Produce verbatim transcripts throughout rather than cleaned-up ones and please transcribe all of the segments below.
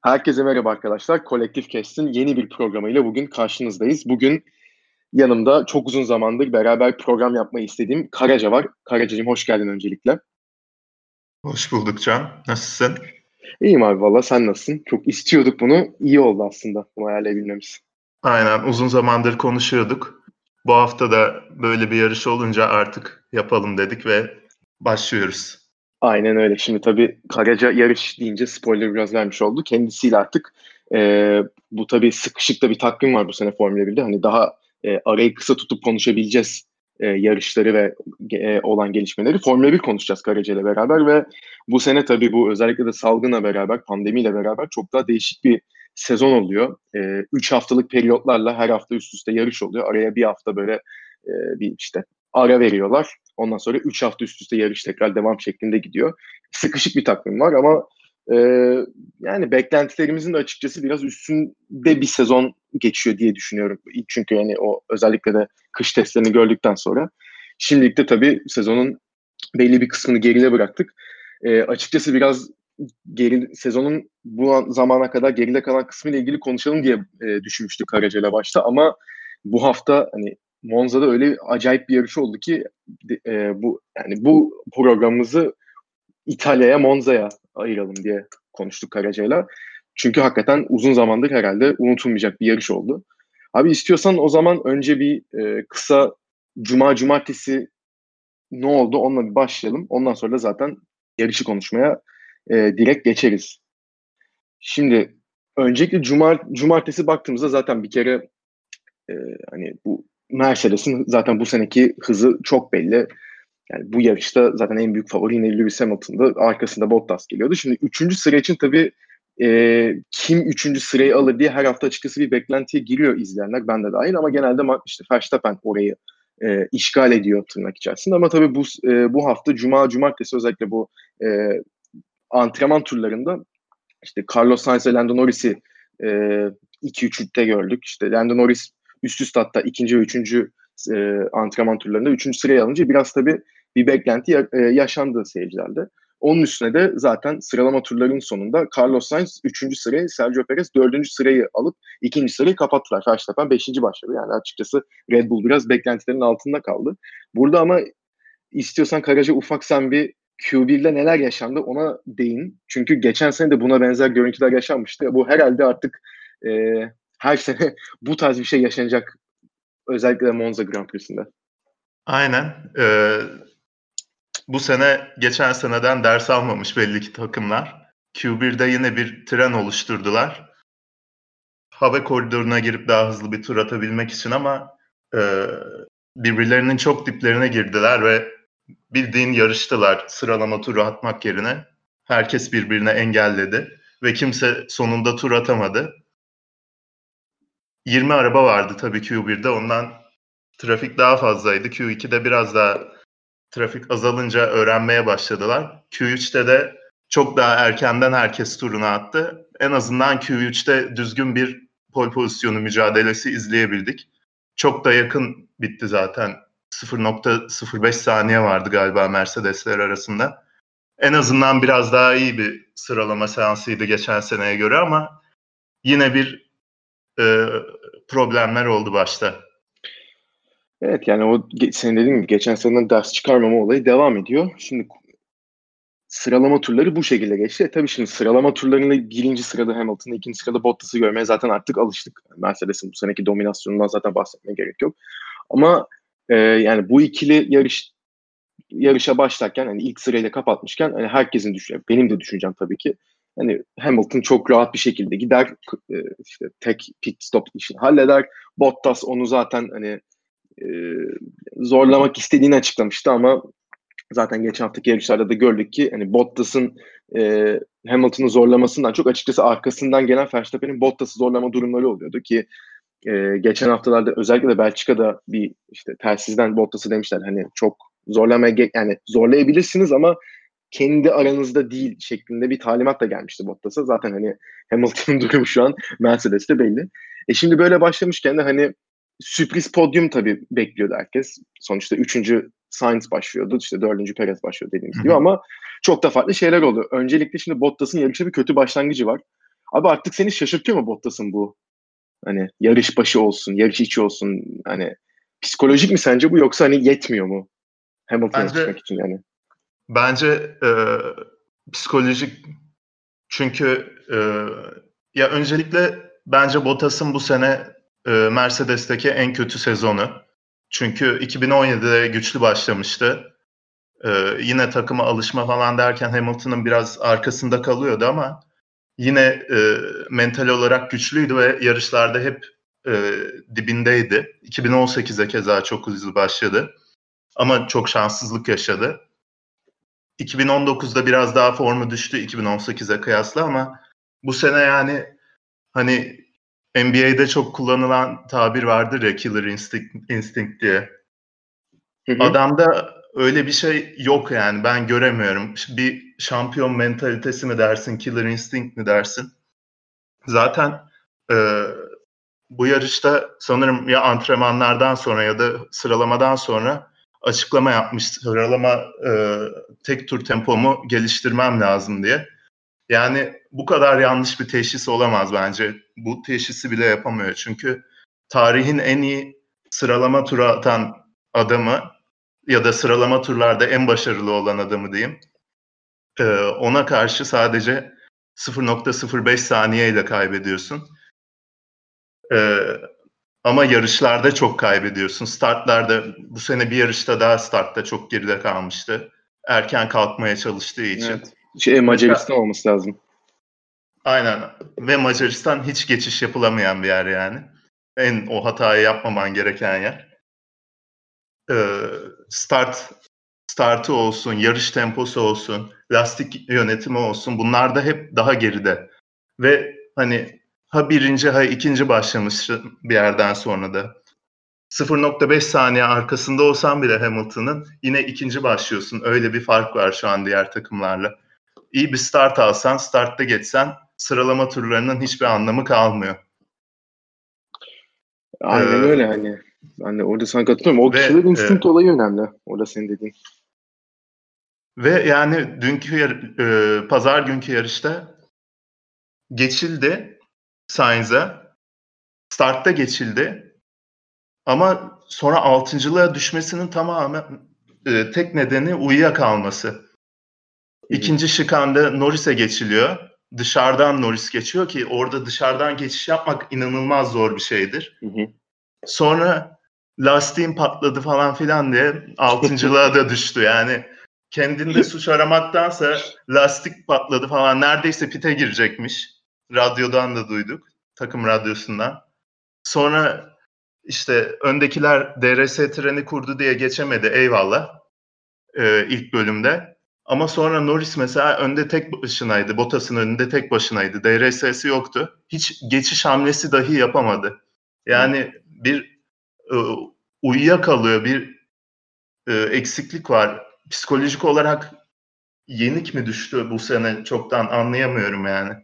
Herkese merhaba arkadaşlar. Kolektif Kest'in yeni bir programıyla bugün karşınızdayız. Bugün yanımda çok uzun zamandır beraber program yapmayı istediğim Karaca var. Karaca'cığım hoş geldin öncelikle. Hoş bulduk Can. Nasılsın? İyiyim abi valla, sen nasılsın? Çok istiyorduk bunu. İyi oldu aslında bunu ayarlayabilmemiz. Aynen, uzun zamandır konuşuyorduk. Bu hafta da böyle bir yarış olunca artık yapalım dedik ve başlıyoruz. Aynen öyle. Şimdi tabii Karaca yarış deyince spoiler biraz vermiş oldu. Kendisiyle artık e, bu tabii sıkışık da bir takvim var bu sene Formula birde. Hani daha e, arayı kısa tutup konuşabileceğiz e, yarışları ve e, olan gelişmeleri. Formula bir konuşacağız Karaca ile beraber ve bu sene tabii bu özellikle de salgınla beraber, pandemiyle beraber çok daha değişik bir sezon oluyor. E, üç haftalık periyotlarla her hafta üst üste yarış oluyor. Araya bir hafta böyle e, bir işte ara veriyorlar. Ondan sonra üç hafta üst üste yarış tekrar devam şeklinde gidiyor. Sıkışık bir takvim var ama e, yani beklentilerimizin de açıkçası biraz üstünde bir sezon geçiyor diye düşünüyorum. Çünkü yani o özellikle de kış testlerini gördükten sonra. Şimdilik de tabii sezonun belli bir kısmını geride bıraktık. E, açıkçası biraz geri, sezonun bu zamana kadar geride kalan kısmı ile ilgili konuşalım diye e, düşünmüştük Karaca'yla başta ama bu hafta hani Monza'da öyle acayip bir yarış oldu ki e, bu yani bu programımızı İtalya'ya, Monza'ya ayıralım diye konuştuk Karaca'yla. Çünkü hakikaten uzun zamandır herhalde unutulmayacak bir yarış oldu. Abi istiyorsan o zaman önce bir e, kısa Cuma Cumartesi ne oldu onunla bir başlayalım. Ondan sonra da zaten yarışı konuşmaya e, direkt geçeriz. Şimdi öncelikle Cumart Cumartesi baktığımızda zaten bir kere e, hani bu Mercedes'in zaten bu seneki hızı çok belli. Yani bu yarışta zaten en büyük favori yine Lewis Hamilton'dı. Arkasında Bottas geliyordu. Şimdi üçüncü sıra için tabii e, kim üçüncü sırayı alır diye her hafta açıkçası bir beklentiye giriyor izleyenler. Ben de dahil ama genelde işte Verstappen orayı e, işgal ediyor tırnak içerisinde. Ama tabii bu e, bu hafta Cuma, Cumartesi özellikle bu e, antrenman turlarında işte Carlos Sainz ve Lando Norris'i e, iki üçte gördük. İşte Lando Norris üst üste hatta ikinci ve üçüncü e, antrenman turlarında üçüncü sıraya alınca biraz tabii bir beklenti ya, e, yaşandı seyircilerde. Onun üstüne de zaten sıralama turlarının sonunda Carlos Sainz üçüncü sırayı, Sergio Perez dördüncü sırayı alıp ikinci sırayı kapattılar. Verstappen beşinci başladı. Yani açıkçası Red Bull biraz beklentilerin altında kaldı. Burada ama istiyorsan Karaca ufak sen bir Q bir'de neler yaşandı ona değin. Çünkü geçen sene de buna benzer görüntüler yaşanmıştı. Bu herhalde artık e, her sene bu tarz bir şey yaşanacak. Özellikle de Monza Grand Prix'sinde. Aynen. Ee, bu sene geçen seneden ders almamış belli ki takımlar. Q birde yine bir tren oluşturdular. Hava koridoruna girip daha hızlı bir tur atabilmek için ama e, birbirlerinin çok diplerine girdiler ve bildiğin yarıştılar sıralama turu atmak yerine. Herkes birbirine engelledi ve kimse sonunda tur atamadı. yirmi araba vardı tabii Q birde. Ondan trafik daha fazlaydı. Q iki'de biraz daha trafik azalınca öğrenmeye başladılar. Q üç'te de çok daha erkenden herkes turunu attı. En azından Q üç'te düzgün bir pole pozisyonu mücadelesi izleyebildik. Çok da yakın bitti zaten. sıfır nokta sıfır beş saniye vardı galiba Mercedesler arasında. En azından biraz daha iyi bir sıralama seansıydı geçen seneye göre ama yine bir e, problemler oldu başta. Evet yani o senin dediğin gibi geçen seneden ders çıkarmama olayı devam ediyor. Şimdi sıralama turları bu şekilde geçti. E tabii şimdi sıralama turlarında birinci sırada Hamilton'ı, ikinci sırada Bottas'ı görmeye zaten artık alıştık. Mercedes'in bu seneki dominasyonundan zaten bahsetmeye gerek yok. Ama e, yani bu ikili yarış yarışa başlarken hani ilk sırayla kapatmışken hani herkesin düşüncesi, benim de düşüncem tabii ki hani Hamilton çok rahat bir şekilde gider e, işte tek pit stop işini halleder. Bottas onu zaten hani e, zorlamak istediğini açıklamıştı ama zaten geçen haftaki yarışlarda da gördük ki hani Bottas'ın e, Hamilton'ı zorlamasından çok açıkçası arkasından gelen Verstappen'in Bottas'ı zorlama durumları oluyordu ki e, geçen haftalarda özellikle de Belçika'da bir işte telsizden Bottas'ı demişler hani çok zorlamaya yani zorlayabilirsiniz ama kendi aranızda değil şeklinde bir talimat da gelmişti Bottas'a. Zaten hani Hamilton'ın durumu şu an Mercedes'te belli. E şimdi böyle başlamışken de hani sürpriz podyum tabii bekliyordu herkes. Sonuçta üçüncü Sainz başlıyordu. İşte dördüncü Perez başlıyor dediğimiz Hı gibi hı. ama çok da farklı şeyler oldu. Öncelikle şimdi Bottas'ın yarışa bir kötü başlangıcı var. Abi artık seni şaşırtıyor mu Bottas'ın bu? Hani yarış başı olsun, yarış içi olsun. Hani psikolojik mi sence bu yoksa hani yetmiyor mu Hamilton'a yetişmek Bence için yani? bence e, psikolojik, çünkü e, ya öncelikle bence Bottas'ın bu sene e, Mercedes'teki en kötü sezonu. Çünkü iki bin on yedide güçlü başlamıştı. E, yine takıma alışma falan derken Hamilton'ın biraz arkasında kalıyordu ama yine e, mental olarak güçlüydü ve yarışlarda hep e, dibindeydi. iki bin on sekize keza çok hızlı başladı ama çok şanssızlık yaşadı. iki bin on dokuzda biraz daha formu düştü iki bin on sekize kıyasla ama bu sene yani hani N B A'de çok kullanılan tabir vardır ya, killer instinct, instinct diye. Hı hı. Adamda öyle bir şey yok yani, ben göremiyorum. Bir şampiyon mentalitesi mi dersin, killer instinct mi dersin? Zaten e, bu yarışta sanırım ya antrenmanlardan sonra ya da sıralamadan sonra açıklama yapmış. Sıralama e, tek tur tempomu geliştirmem lazım diye. Yani bu kadar yanlış bir teşhis olamaz bence. Bu teşhisi bile yapamıyor. Çünkü tarihin en iyi sıralama turu atan adamı ya da sıralama turlarda en başarılı olan adamı diyeyim. E, ona karşı sadece sıfır nokta sıfır beş saniyeyle kaybediyorsun. E, Ama yarışlarda çok kaybediyorsun. Startlarda bu sene bir yarışta daha startta çok geride kalmıştı. Erken kalkmaya çalıştığı için. Evet. Şey, Mesela Macaristan olması lazım. aynen, ve Macaristan hiç geçiş yapılamayan bir yer yani. En o hatayı yapmaman gereken yer. Ee, start startı olsun, yarış temposu olsun, lastik yönetimi olsun, bunlar da hep daha geride. Ve hani ha birinci ha ikinci başlamış bir yerden sonra da. sıfır nokta beş saniye arkasında olsan bile Hamilton'ın yine ikinci başlıyorsun. Öyle bir fark var şu an diğer takımlarla. İyi bir start alsan, startta geçsen sıralama turlarının hiçbir anlamı kalmıyor. Aynen öyle Ee, hani. Hani orada sana katılıyorum. O killer ve e, instinct olayı önemli. Orada senin dediğin. ve yani dünkü yar- e, pazar günkü yarışta geçildi Sainz'a. Startta geçildi. Ama sonra altıncılığa düşmesinin tamamen e, tek nedeni uyuyakalması. Hı hı. İkinci şikanda Norris'e geçiliyor. Dışarıdan Norris geçiyor ki orada dışarıdan geçiş yapmak inanılmaz zor bir şeydir. Hı hı. Sonra lastiğim patladı falan filan diye altıncılığa da düştü. Yani kendinde suç aramaktansa lastik patladı falan, neredeyse pite girecekmiş. Radyodan da duyduk. Takım radyosundan. Sonra işte öndekiler D R S treni kurdu diye geçemedi, eyvallah, e, ilk bölümde. Ama sonra Norris mesela önde tek başınaydı. Bottas'ın önünde tek başınaydı. D R S'si yoktu. Hiç geçiş hamlesi dahi yapamadı. Evet. Yani bir e, uyuyakalıyor, bir e, eksiklik var. Psikolojik olarak yenik mi düştü bu sene, çoktan anlayamıyorum yani.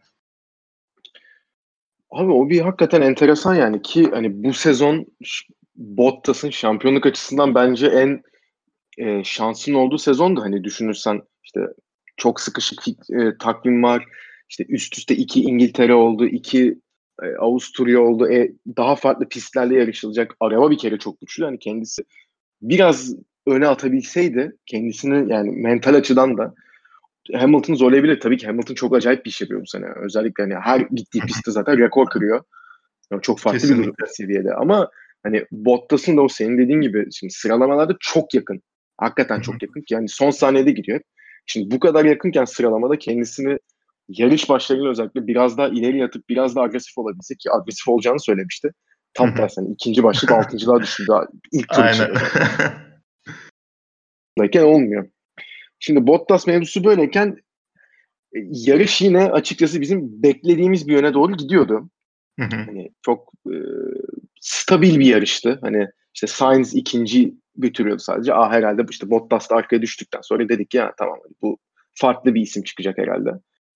Abi o bir hakikaten enteresan yani ki hani bu sezon ş- Bottas'ın şampiyonluk açısından bence en e, şansın olduğu sezondu. Hani düşünürsen işte çok sıkışık e, takvim var. İşte üst üste iki İngiltere oldu, iki e, Avusturya oldu. E, daha farklı pistlerle yarışılacak. Araba bir kere çok güçlü. Hani kendisi biraz öne atabilseydi kendisini yani mental açıdan da Hamilton zorlayabilir. Tabii ki Hamilton çok acayip bir iş yapıyor bu sene. Özellikle hani her gittiği pistte zaten rekor kırıyor. Yani çok farklı bir Kesinlikle. seviyede. Ama hani Bottas'ın da o senin dediğin gibi şimdi sıralamalarda çok yakın. Hakikaten çok yakın. Yani son saniyede gidiyor. Şimdi bu kadar yakınken sıralamada kendisini yarış başlarıyla özellikle biraz daha ileri yatıp biraz daha agresif olabilse ki agresif olacağını söylemişti. Tam tersi hani ikinci başlayıp altıncılığa düştü daha ilk tur Aynen. içinde zaten. Dayken olmuyor. Şimdi Bottas mevzusu böyleyken e, yarış yine açıkçası bizim beklediğimiz bir yöne doğru gidiyordu. Hani çok e, stabil bir yarıştı. Hani işte Sainz ikinci götürüyordu sadece. Aa herhalde işte Bottas da arkaya düştükten sonra dedik ya tamam hani bu farklı bir isim çıkacak herhalde.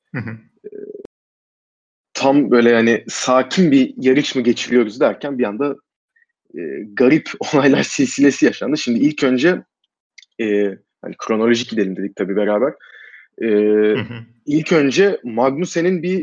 Tam böyle yani sakin bir yarış mı geçiriyoruz derken bir anda e, garip olaylar silsilesi yaşandı. Şimdi ilk önce e, hani kronolojik gidelim dedik tabii beraber. E, ilk önce Magnussen'in bir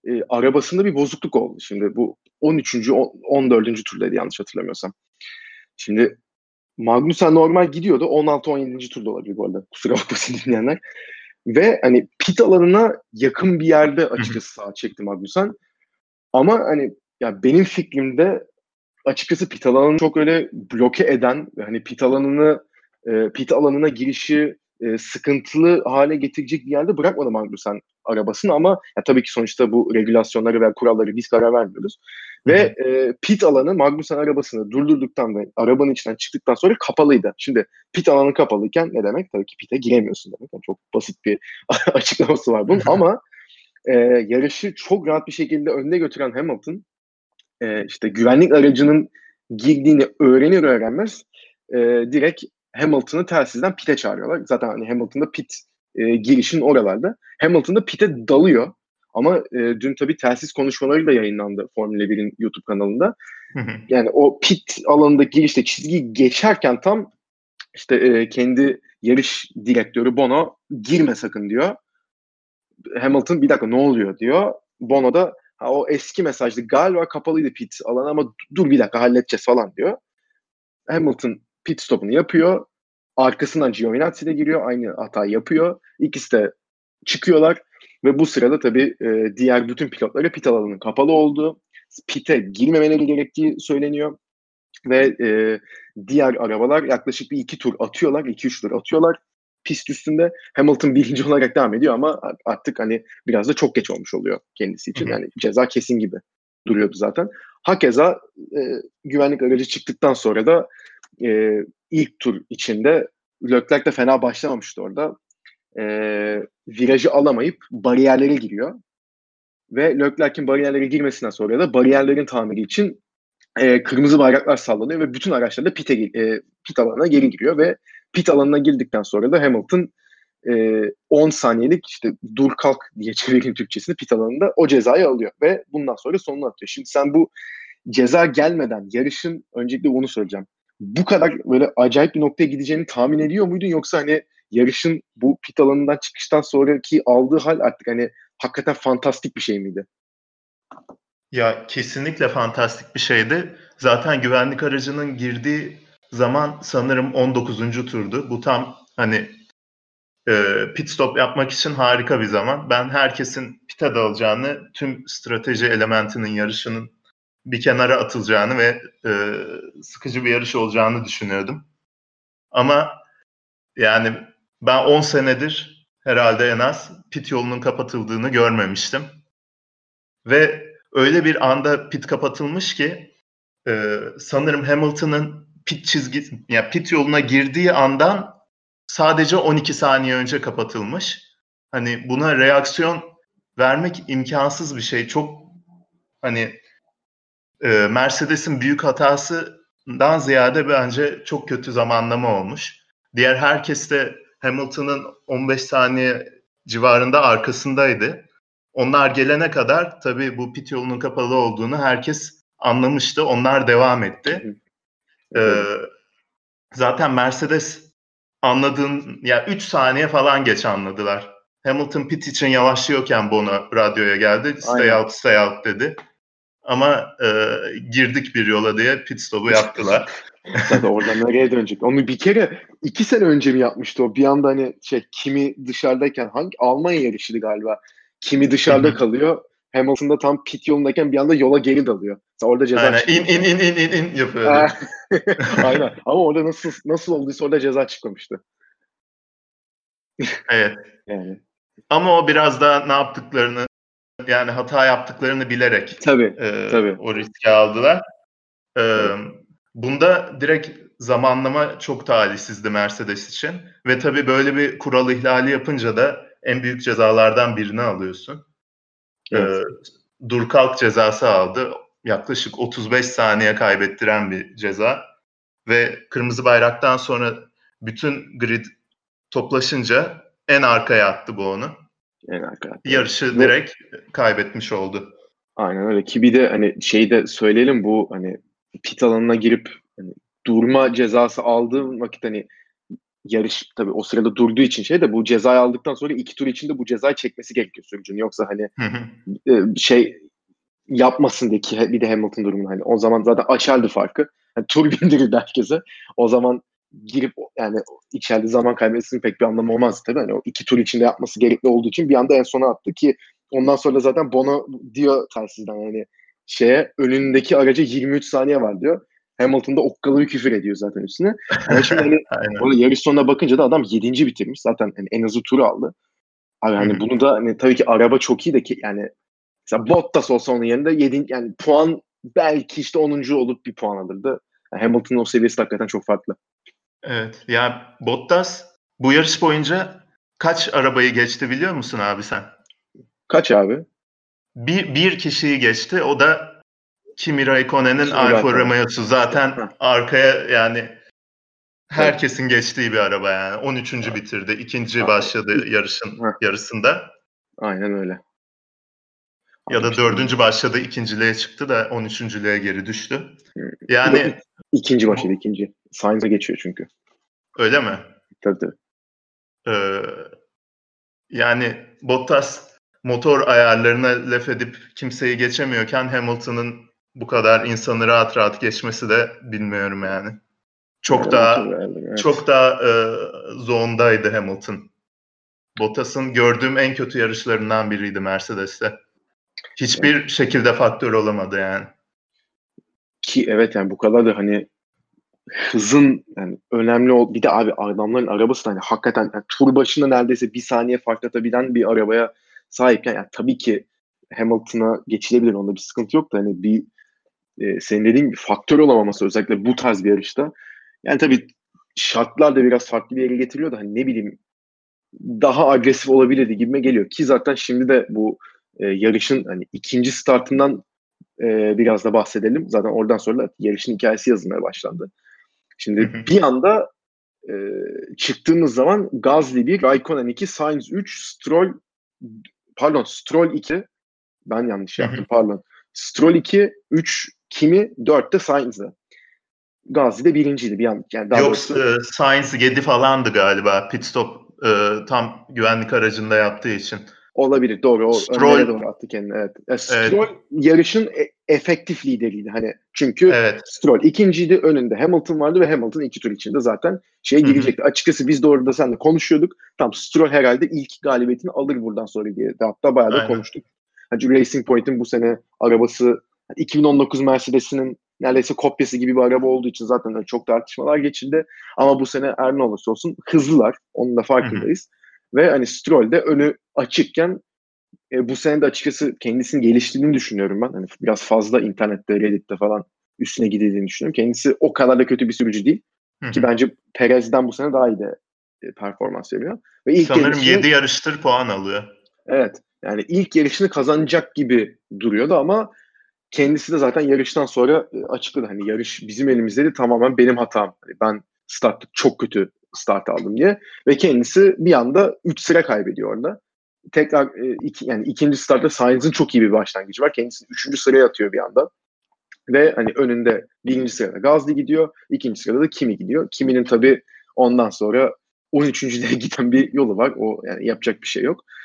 e, arabasında bir bozukluk oldu. Şimdi bu on üçüncü on dördüncü turdaydı yanlış hatırlamıyorsam. Şimdi Magnussen normal gidiyordu. on altı on yedinci turda olabilir bu arada. Kusura bakmasın dinleyenler. Ve hani pit alanına yakın bir yerde açıkçası sağa çekti Magnussen. Ama hani ya benim fikrimde açıkçası pit alanını çok öyle bloke eden ve hani pit alanını e, pit alanına girişi e, sıkıntılı hale getirecek bir yerde bırakmadı Magnussen arabasını ama ya tabii ki sonuçta bu regülasyonları ve kuralları biz karar vermiyoruz. Ve e, pit alanı Magnussen arabasını durdurduktan ve arabanın içinden çıktıktan sonra kapalıydı. Şimdi pit alanı kapalıyken ne demek? Tabii ki pit'e giremiyorsun demek. Yani çok basit bir açıklaması var bunun ama e, yarışı çok rahat bir şekilde önde götüren Hamilton e, işte güvenlik aracının girdiğini öğrenir öğrenmez e, direkt Hamilton'ı telsizden pit'e çağırıyorlar. Zaten hani Hamilton'da pit e, girişin oralarda. Hamilton'da pit'e dalıyor. Ama e, dün tabii telsiz konuşmaları da yayınlandı Formula birin YouTube kanalında. Yani o pit alanında girişte çizgiyi geçerken tam işte e, kendi yarış direktörü Bono girme sakın diyor. Hamilton bir dakika ne oluyor diyor. Bono da ha, o eski mesajdı galiba kapalıydı pit alanı ama dur bir dakika halledeceğiz falan diyor. Hamilton pit stopunu yapıyor. Arkasından Giovinazzi de giriyor. Aynı hatayı yapıyor. İkisi de çıkıyorlar. Ve bu sırada tabii e, diğer bütün pilotlara pit alanının kapalı olduğu, pit'e girmemeleri gerektiği söyleniyor. Ve e, diğer arabalar yaklaşık bir iki tur atıyorlar. iki üç tur atıyorlar pist üstünde. Hamilton birinci olarak devam ediyor ama artık hani biraz da çok geç olmuş oluyor kendisi için. Yani ceza kesin gibi duruyordu zaten. Hakeza e, güvenlik aracı çıktıktan sonra da e, ilk tur içinde Leclerc de fena başlamamıştı orada. E, virajı alamayıp bariyerlere giriyor. Ve Leclerc'in bariyerlere girmesinden sonra da bariyerlerin tamiri için e, kırmızı bayraklar sallanıyor ve bütün araçlar da pite, e, pit alanına geri giriyor ve pit alanına girdikten sonra da Hamilton e, on saniyelik işte dur kalk diye çevireyim Türkçesini pit alanında o cezayı alıyor ve bundan sonra sonunu atıyor. Şimdi sen bu ceza gelmeden yarışın öncelikle onu söyleyeceğim. Bu kadar böyle acayip bir noktaya gideceğini tahmin ediyor muydun yoksa hani yarışın bu pit alanından çıkıştan sonraki aldığı hal artık hani hakikaten fantastik bir şey miydi? Ya kesinlikle fantastik bir şeydi. Zaten güvenlik aracının girdiği zaman sanırım on dokuzuncu turdu. Bu tam hani e, pit stop yapmak için harika bir zaman. Ben herkesin pit'e dalacağını, tüm strateji elementinin yarışının bir kenara atılacağını ve e, sıkıcı bir yarış olacağını düşünüyordum. Ama yani ben on senedir herhalde en az pit yolunun kapatıldığını görmemiştim. Ve öyle bir anda pit kapatılmış ki e, sanırım Hamilton'ın pit çizgi, yani pit yoluna girdiği andan sadece on iki saniye önce kapatılmış. Hani buna reaksiyon vermek imkansız bir şey. Çok hani e, Mercedes'in büyük hatasından ziyade bence çok kötü zamanlama olmuş. Diğer herkes de Hamilton'ın on beş saniye civarında arkasındaydı. Onlar gelene kadar tabii bu pit yolunun kapalı olduğunu herkes anlamıştı. Onlar devam etti. Ee, zaten Mercedes anladığın ya üç saniye falan geç anladılar. Hamilton pit için yavaşlıyorken Bono radyoya geldi. Stay Aynen. out, stay out dedi. Ama e, girdik bir yola diye pit stop'u yaptılar. Zaten oradan nereye dönecek? Onu bir kere iki sene önce mi yapmıştı o? Bir anda hani şey kimi dışarıdayken hangi Almanya yarışıydı galiba. Kimi dışarıda kalıyor. Hamilton'da tam pit yolundayken bir anda yola geri dalıyor. Mesela orada ceza Aynen in çıkmıştı. in in in in in yapıyordu. Aynen. Ama orada nasıl nasıl olduysa orada ceza çıkmamıştı. Evet. Yani. Ama o biraz da ne yaptıklarını yani hata yaptıklarını bilerek Tabii. e, Tabii. o riski aldılar. E, Evet. bunda direkt zamanlama çok talihsizdi Mercedes için. Ve tabii böyle bir kural ihlali yapınca da en büyük cezalardan birini alıyorsun. Evet. E, dur kalk cezası aldı. Yaklaşık otuz beş saniye kaybettiren bir ceza. Ve kırmızı bayraktan sonra bütün grid toplaşınca en arkaya attı bu onu. En arkadaşlar. Yarışı Ve direkt kaybetmiş oldu. aynen öyle ki bir de hani şeyi de söyleyelim bu hani pit alanına girip hani durma cezası aldığı vakit hani yarış tabii o sırada durduğu için şey de bu cezayı aldıktan sonra iki tur içinde bu cezayı çekmesi gerekiyor sürücünün. Yoksa hani Hı hı. e, şey yapmasın diye ki bir de Hamilton durumunu hani o zaman zaten açardı farkı. Yani tur bindirirdi herkese. O zaman girip yani içeride zaman kaybetmesinin pek bir anlamı olmaz tabii. Hani o iki tur içinde yapması gerekli olduğu için bir anda en sona attı ki ondan sonra zaten Bono diyor telsizden yani şeye önündeki araca yirmi üç saniye var diyor. Hamilton da okkalı bir küfür ediyor zaten üstüne. Ama şimdi hani Aynen. orada yarış sonuna bakınca da adam yedinci bitirmiş. Zaten yani en azı turu aldı. Abi hani bunu da hani tabii ki araba çok iyi de ki yani mesela Bottas olsa onun yerinde yedi yani puan belki işte onuncu olup bir puan alırdı. Yani Hamilton'ın o seviyesi hakikaten çok farklı. Evet. Ya Bottas bu yarış boyunca kaç arabayı geçti biliyor musun abi sen? Kaç abi? Bir, bir kişiyi geçti. O da Kimi Raikkonen'in Kimi Alfa Raikkonen. Romeo'su. Zaten Heh, arkaya yani tabii. herkesin geçtiği bir araba yani. on üçüncü bitirdi. İkinci Ha, başladı yarışın heh, yarısında. aynen öyle. Ya Abi da işte dördüncü başladı, ikinciliğe çıktı da on üçüncülüğe geri düştü. yok ik- Yani ikinci başladı bu, ikinci. Sainz'a geçiyor çünkü. öyle mi? Tabii tabii. Ee, yani Bottas motor ayarlarına laf edip kimseyi geçemiyorken Hamilton'ın bu kadar insanı rahat rahat geçmesi de bilmiyorum yani. Yani Çok motor daha ayarları, evet. çok daha e, zondaydı Hamilton. Bottas'ın gördüğüm en kötü yarışlarından biriydi Mercedes'te. Yani Hiçbir şekilde faktör olamadı yani. ki evet yani bu kadar da hani hızın yani önemli ol. Bir de abi adamların arabası da hani hakikaten yani tur başında neredeyse bir saniye fark atabilen bir arabaya sahipken yani tabii ki Hamilton'a geçilebilir. Onda bir sıkıntı yok da hani bir e, senin dediğin gibi faktör olamaması özellikle bu tarz bir yarışta. Yani tabii şartlar da biraz farklı bir yere getiriyor da hani ne bileyim daha agresif olabilirdi gibime geliyor. Ki zaten şimdi de bu e, yarışın hani ikinci startından e, biraz da bahsedelim. Zaten oradan sonra yarışın hikayesi yazılmaya başlandı. Hı Şimdi hı, bir anda e, çıktığımız zaman Gasly bir, Raikkonen iki, Sainz üç, Stroll pardon Stroll iki, ben yanlış hı hı. yaptım pardon. Stroll iki, üç Kimi, dört de Sainz'ı. Gasly de birinciydi bir an yani daha Yok, doğrusu e, Sainz yedi falandı galiba pit stop e, tam güvenlik aracında yaptığı için. olabilir doğru o önlere Stroll, doğru attı kendini evet. Ya Stroll evet, yarışın e- efektif lideriydi hani çünkü evet. Stroll ikinciydi önünde Hamilton vardı ve Hamilton iki tur içinde zaten şeye Hı hı, girecekti. Açıkçası biz de orada seninle konuşuyorduk. Tam Stroll herhalde ilk galibiyetini alır buradan sonra diye. De hatta bayağı da aynen. konuştuk. Hani Racing Point'in bu sene arabası iki bin on dokuz Mercedes'inin neredeyse kopyası gibi bir araba olduğu için zaten çok tartışmalar geçildi. Ama bu sene her ne olursa olsun hızlılar. Onun da Hı hı, farkındayız. Ve hani Stroll de önü açıkken e, bu sene de açıkçası kendisini geliştirdiğini düşünüyorum ben. Hani biraz fazla internette, Reddit'te falan üstüne gidildiğini düşünüyorum. Kendisi o kadar da kötü bir sürücü değil. hı Ki hı. bence Perez'den bu sene daha iyi de e, performans veriyor. Ve ilk Sanırım yarışını yedi yarıştır puan alıyor. evet yani ilk yarışını kazanacak gibi duruyordu ama kendisi de zaten yarıştan sonra e, açıkladı. Hani yarış bizim elimizde tamamen benim hatam. Hani ben startta çok kötü start aldım diye. Ve kendisi bir anda üç sıra kaybediyor orada. Tekrar e, iki, yani ikinci startta Sainz'ın çok iyi bir başlangıcı var. Kendisi üçüncü sıraya atıyor bir anda. Ve hani önünde birinci sırada Gasly gidiyor. İkinci sırada da Kimi gidiyor. Kimi'nin tabii ondan sonra on üçüncülüğe giden bir yolu var. O yani yapacak bir şey yok.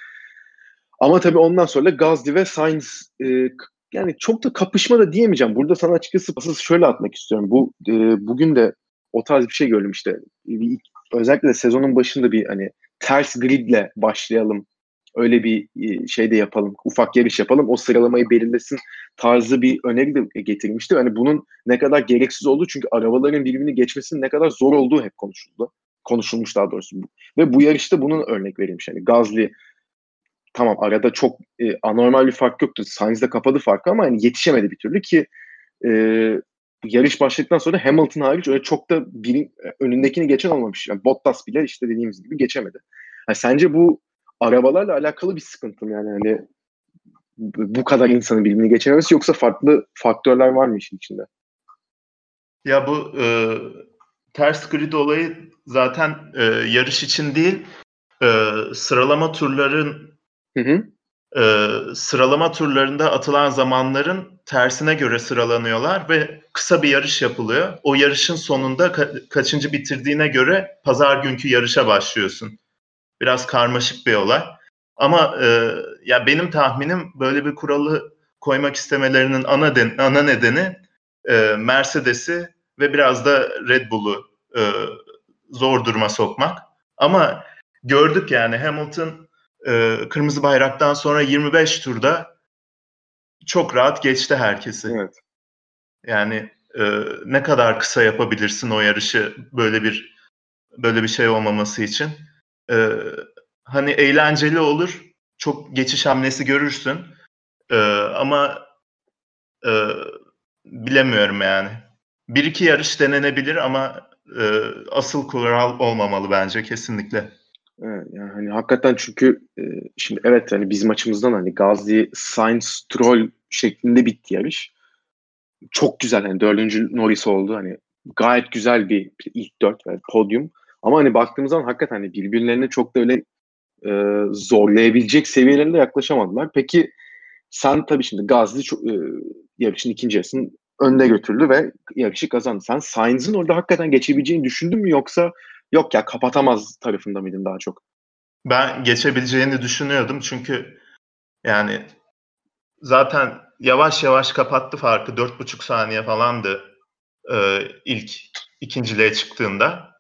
Ama tabii ondan sonra Gasly ve Sainz e, yani çok da kapışma da diyemeyeceğim. Burada sana açıkçası pası şöyle atmak istiyorum. Bu e, bugün de o tarz bir şey gördüm işte. Bir, özellikle de sezonun başında bir hani ters gridle başlayalım. Öyle bir e, şey de yapalım. Ufak yarış yapalım. O sıralamayı belirlesin tarzı bir öneri de getirmişti. Hani bunun ne kadar gereksiz olduğu çünkü arabaların birbirini geçmesinin ne kadar zor olduğu hep konuşuldu. Konuşulmuş daha doğrusu. Ve bu yarışta bunun örnek verilmiş. Hani Gasly tamam arada çok e, anormal bir fark yoktu. Sainz de kapadı farkı ama yani yetişemedi bir türlü ki e, yarış başladıktan sonra Hamilton hariç öyle çok da birin, önündekini geçen olmamış. Yani Bottas bile işte dediğimiz gibi geçemedi. Yani sence bu arabalarla alakalı bir sıkıntı mı yani hani bu kadar insanın birbirini geçememesi yoksa farklı faktörler var mı işin içinde? Ya bu e, ters grid olayı zaten e, yarış için değil, e, sıralama turların Hı hı. e, sıralama turlarında atılan zamanların tersine göre sıralanıyorlar ve kısa bir yarış yapılıyor. O yarışın sonunda ka- kaçıncı bitirdiğine göre pazar günkü yarışa başlıyorsun. Biraz karmaşık bir olay. Ama e, ya benim tahminim böyle bir kuralı koymak istemelerinin ana, den- ana nedeni e, Mercedes'i ve biraz da Red Bull'u e, zor duruma sokmak. Ama gördük yani Hamilton e, kırmızı bayraktan sonra yirmi beş turda çok rahat geçti herkesi. Evet. Yani e, ne kadar kısa yapabilirsin o yarışı böyle bir böyle bir şey olmaması için. E, hani eğlenceli olur, çok geçiş hamlesi görürsün. E, ama e, bilemiyorum yani. Bir iki yarış denenebilir ama e, asıl kural olmamalı bence kesinlikle. Evet, yani hani hakikaten çünkü e, şimdi evet hani bizim açımızdan hani Gasly, Sainz, Stroll şeklinde bitti yarış. Çok güzel hani dördüncü Norris oldu hani gayet güzel bir ilk dört ve podyum. Ama hani baktığımız zaman hakikaten hani birbirlerine çok da öyle e, zorlayabilecek seviyelerinde yaklaşamadılar. Peki sen tabii şimdi Gasly çok, e, yarışın ikinci yarısını önde götürdü ve yarışı kazandı. Sen Sainz'in orada hakikaten geçebileceğini düşündün mü yoksa yok ya kapatamaz tarafında mıydın daha çok? Ben geçebileceğini düşünüyordum çünkü yani zaten yavaş yavaş kapattı farkı. Dört buçuk saniye falandı e, ilk ikinciliğe çıktığında.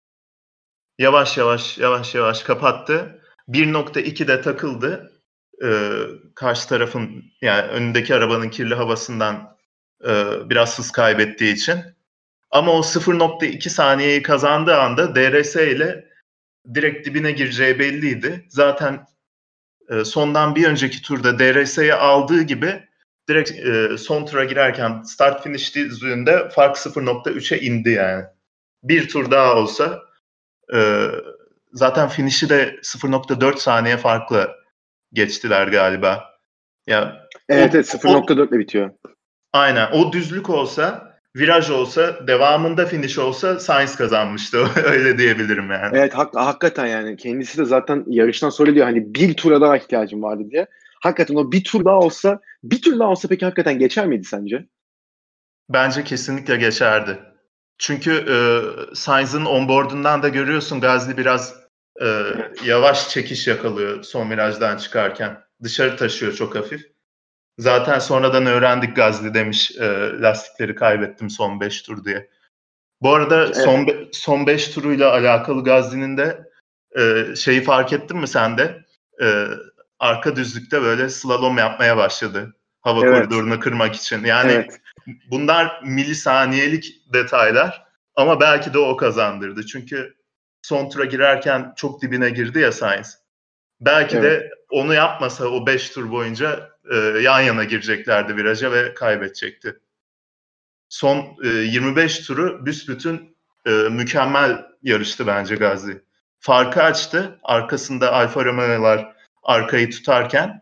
Yavaş yavaş yavaş yavaş kapattı. bir nokta ikide takıldı. E, karşı tarafın yani önündeki arabanın kirli havasından e, biraz hız kaybettiği için. Ama o sıfır nokta iki saniyeyi kazandığı anda D R S ile direkt dibine gireceği belliydi. Zaten e, sondan bir önceki turda D R S'yi aldığı gibi direkt e, son tura girerken start finish düzlüğünde fark sıfır nokta üçe indi yani. Bir tur daha olsa e, zaten finish'i de sıfır nokta dört saniye farklı geçtiler galiba. Ya Evet, o, evet, o sıfır nokta dört ile bitiyor. aynen o düzlük olsa, viraj olsa, devamında finish olsa Sainz kazanmıştı. Öyle diyebilirim yani. Evet, hak, hakikaten yani kendisi de zaten yarıştan sonra diyor hani bir tura daha ihtiyacım vardı diye. Hakikaten o bir tur daha olsa bir tur daha olsa peki hakikaten geçer miydi sence? Bence kesinlikle geçerdi. Çünkü e, Sainz'ın onboard'undan da görüyorsun Gasly biraz e, Evet. yavaş çekiş yakalıyor son virajdan çıkarken. Dışarı taşıyor çok hafif. Zaten sonradan öğrendik Gasly demiş e, lastikleri kaybettim son beş tur diye. Bu arada Evet. son be- son beş turuyla alakalı Gasly'nin de e, şeyi fark ettin mi sen de? E, arka düzlükte böyle slalom yapmaya başladı. Hava Evet. koridorunu kırmak için. Yani Evet. bunlar milisaniyelik detaylar ama belki de o kazandırdı. Çünkü son tura girerken çok dibine girdi ya Sainz. Belki Evet. de onu yapmasa o beş tur boyunca e, yan yana gireceklerdi viraja ve kaybedecekti. Son e, yirmi beş turu büsbütün e, mükemmel yarıştı bence Gasly. Farkı açtı. Arkasında Alfa Romeo'lar arkayı tutarken.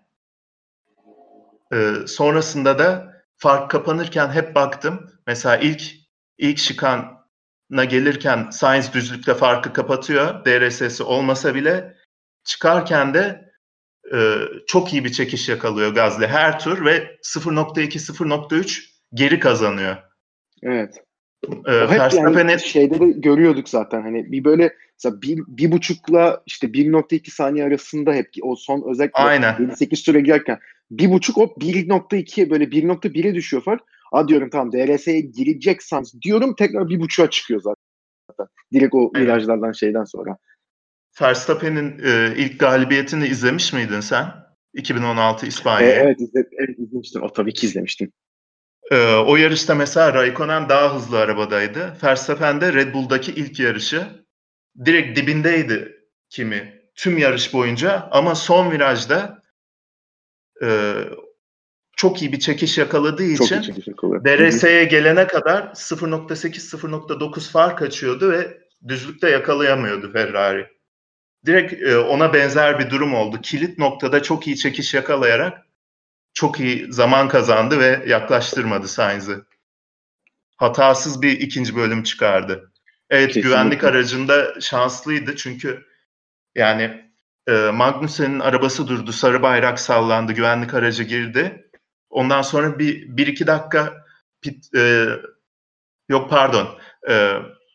E, sonrasında da fark kapanırken hep baktım. Mesela ilk ilk şikana gelirken Sainz düzlükte farkı kapatıyor. D R S'si olmasa bile çıkarken de e, çok iyi bir çekiş yakalıyor Gasly her tur ve sıfır nokta iki sıfır nokta üç geri kazanıyor. Evet. E, O hep yani Verstappen'e şeyde de görüyorduk zaten hani bir böyle mesela bir, bir buçukla işte bir nokta iki saniye arasında hep o son özellikle aynen. yedi sekiz süre girerken bir buçuk o bir nokta ikiye böyle bir nokta bire düşüyor fark. Aa diyorum tamam D R S'ye gireceksen diyorum tekrar bir buçuğa çıkıyor zaten. Direkt o Aynen. virajlardan şeyden sonra. Verstappen'in e, ilk galibiyetini izlemiş miydin sen? iki bin on altı E, İspanya'yı. evet, izle, evet izlemiştim. O tabii ki izlemiştim. E, o yarışta mesela Raikkonen daha hızlı arabadaydı. Verstappen de Red Bull'daki ilk yarışı. Direkt dibindeydi kimi tüm yarış boyunca ama son virajda e, çok iyi bir çekiş yakaladığı Çok iyi için çekişim oluyor. Hı hı. D R S'ye gelene kadar sıfır nokta sekiz sıfır nokta dokuz fark açıyordu ve düzlükte yakalayamıyordu Ferrari. Direkt e, ona benzer bir durum oldu. Kilit noktada çok iyi çekiş yakalayarak çok iyi zaman kazandı ve yaklaştırmadı Sainz'ı. Hatasız bir ikinci bölüm çıkardı. Evet, güvenlik Kesinlikle. aracında şanslıydı çünkü yani e, Magnussen'in arabası durdu, sarı bayrak sallandı, güvenlik aracı girdi. Ondan sonra bir, bir iki dakika pit, e, yok pardon e,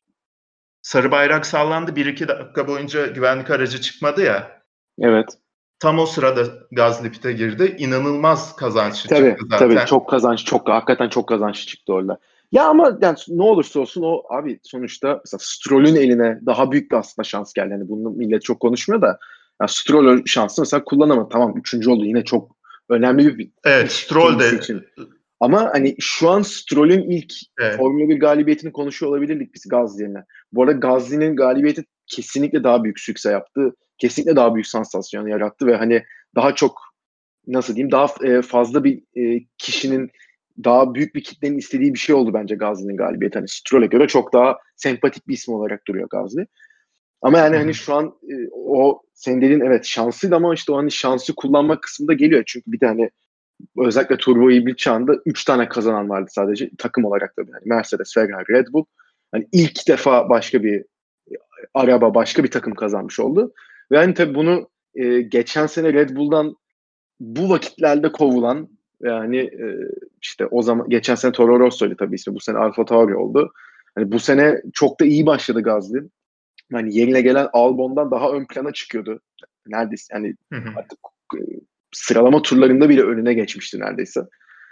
sarı bayrak sallandı, bir iki dakika boyunca güvenlik aracı çıkmadı ya. Evet. Tam o sırada Gasly pit'e girdi. İnanılmaz kazançlı Tabii çıktı tabii zaten. çok kazanç çok hakikaten çok kazançlı çıktı orada. Ya ama yani ne olursa olsun o abi sonuçta mesela Stroll'ün eline daha büyük bir aslında şans geldi. Yani bunu millet çok konuşmuyor da yani Stroll o şansı mesela kullanamadı. Tamam üçüncü oldu yine çok önemli bir Evet, iş Stroll kendisi de için. Ama hani şu an Stroll'ün ilk evet. Formula bir galibiyetini konuşuyor olabilirdik biz Gasly yerine. Bu arada Gasly'nin galibiyeti kesinlikle daha büyük sükse yaptı. Kesinlikle daha büyük sansasyon yarattı ve hani daha çok nasıl diyeyim daha e, fazla bir e, kişinin daha büyük bir kitlenin istediği bir şey oldu bence Gasly'nin galibiyeti. Hani Stroll'e göre çok daha sempatik bir isim olarak duruyor Gasly. Ama yani hani şu an e, o senin dediğin evet şanslıydı ama işte o hani şansı kullanma kısmında geliyor. Çünkü bir tane özellikle turbo hibrit çağında üç tane kazanan vardı sadece takım olarak da. Yani Mercedes, Ferrari, Red Bull. Hani ilk defa başka bir araba, başka bir takım kazanmış oldu. Ve hani tabii bunu e, geçen sene Red Bull'dan bu vakitlerde kovulan yani e, işte o zaman geçen sene Toro Rosso'ydu tabii ismi. Bu sene Alfa Tauri oldu. Hani bu sene çok da iyi başladı Gasly. Hani yerine gelen Albon'dan daha ön plana çıkıyordu. Neredeyse yani artık e, sıralama turlarında bile önüne geçmişti neredeyse.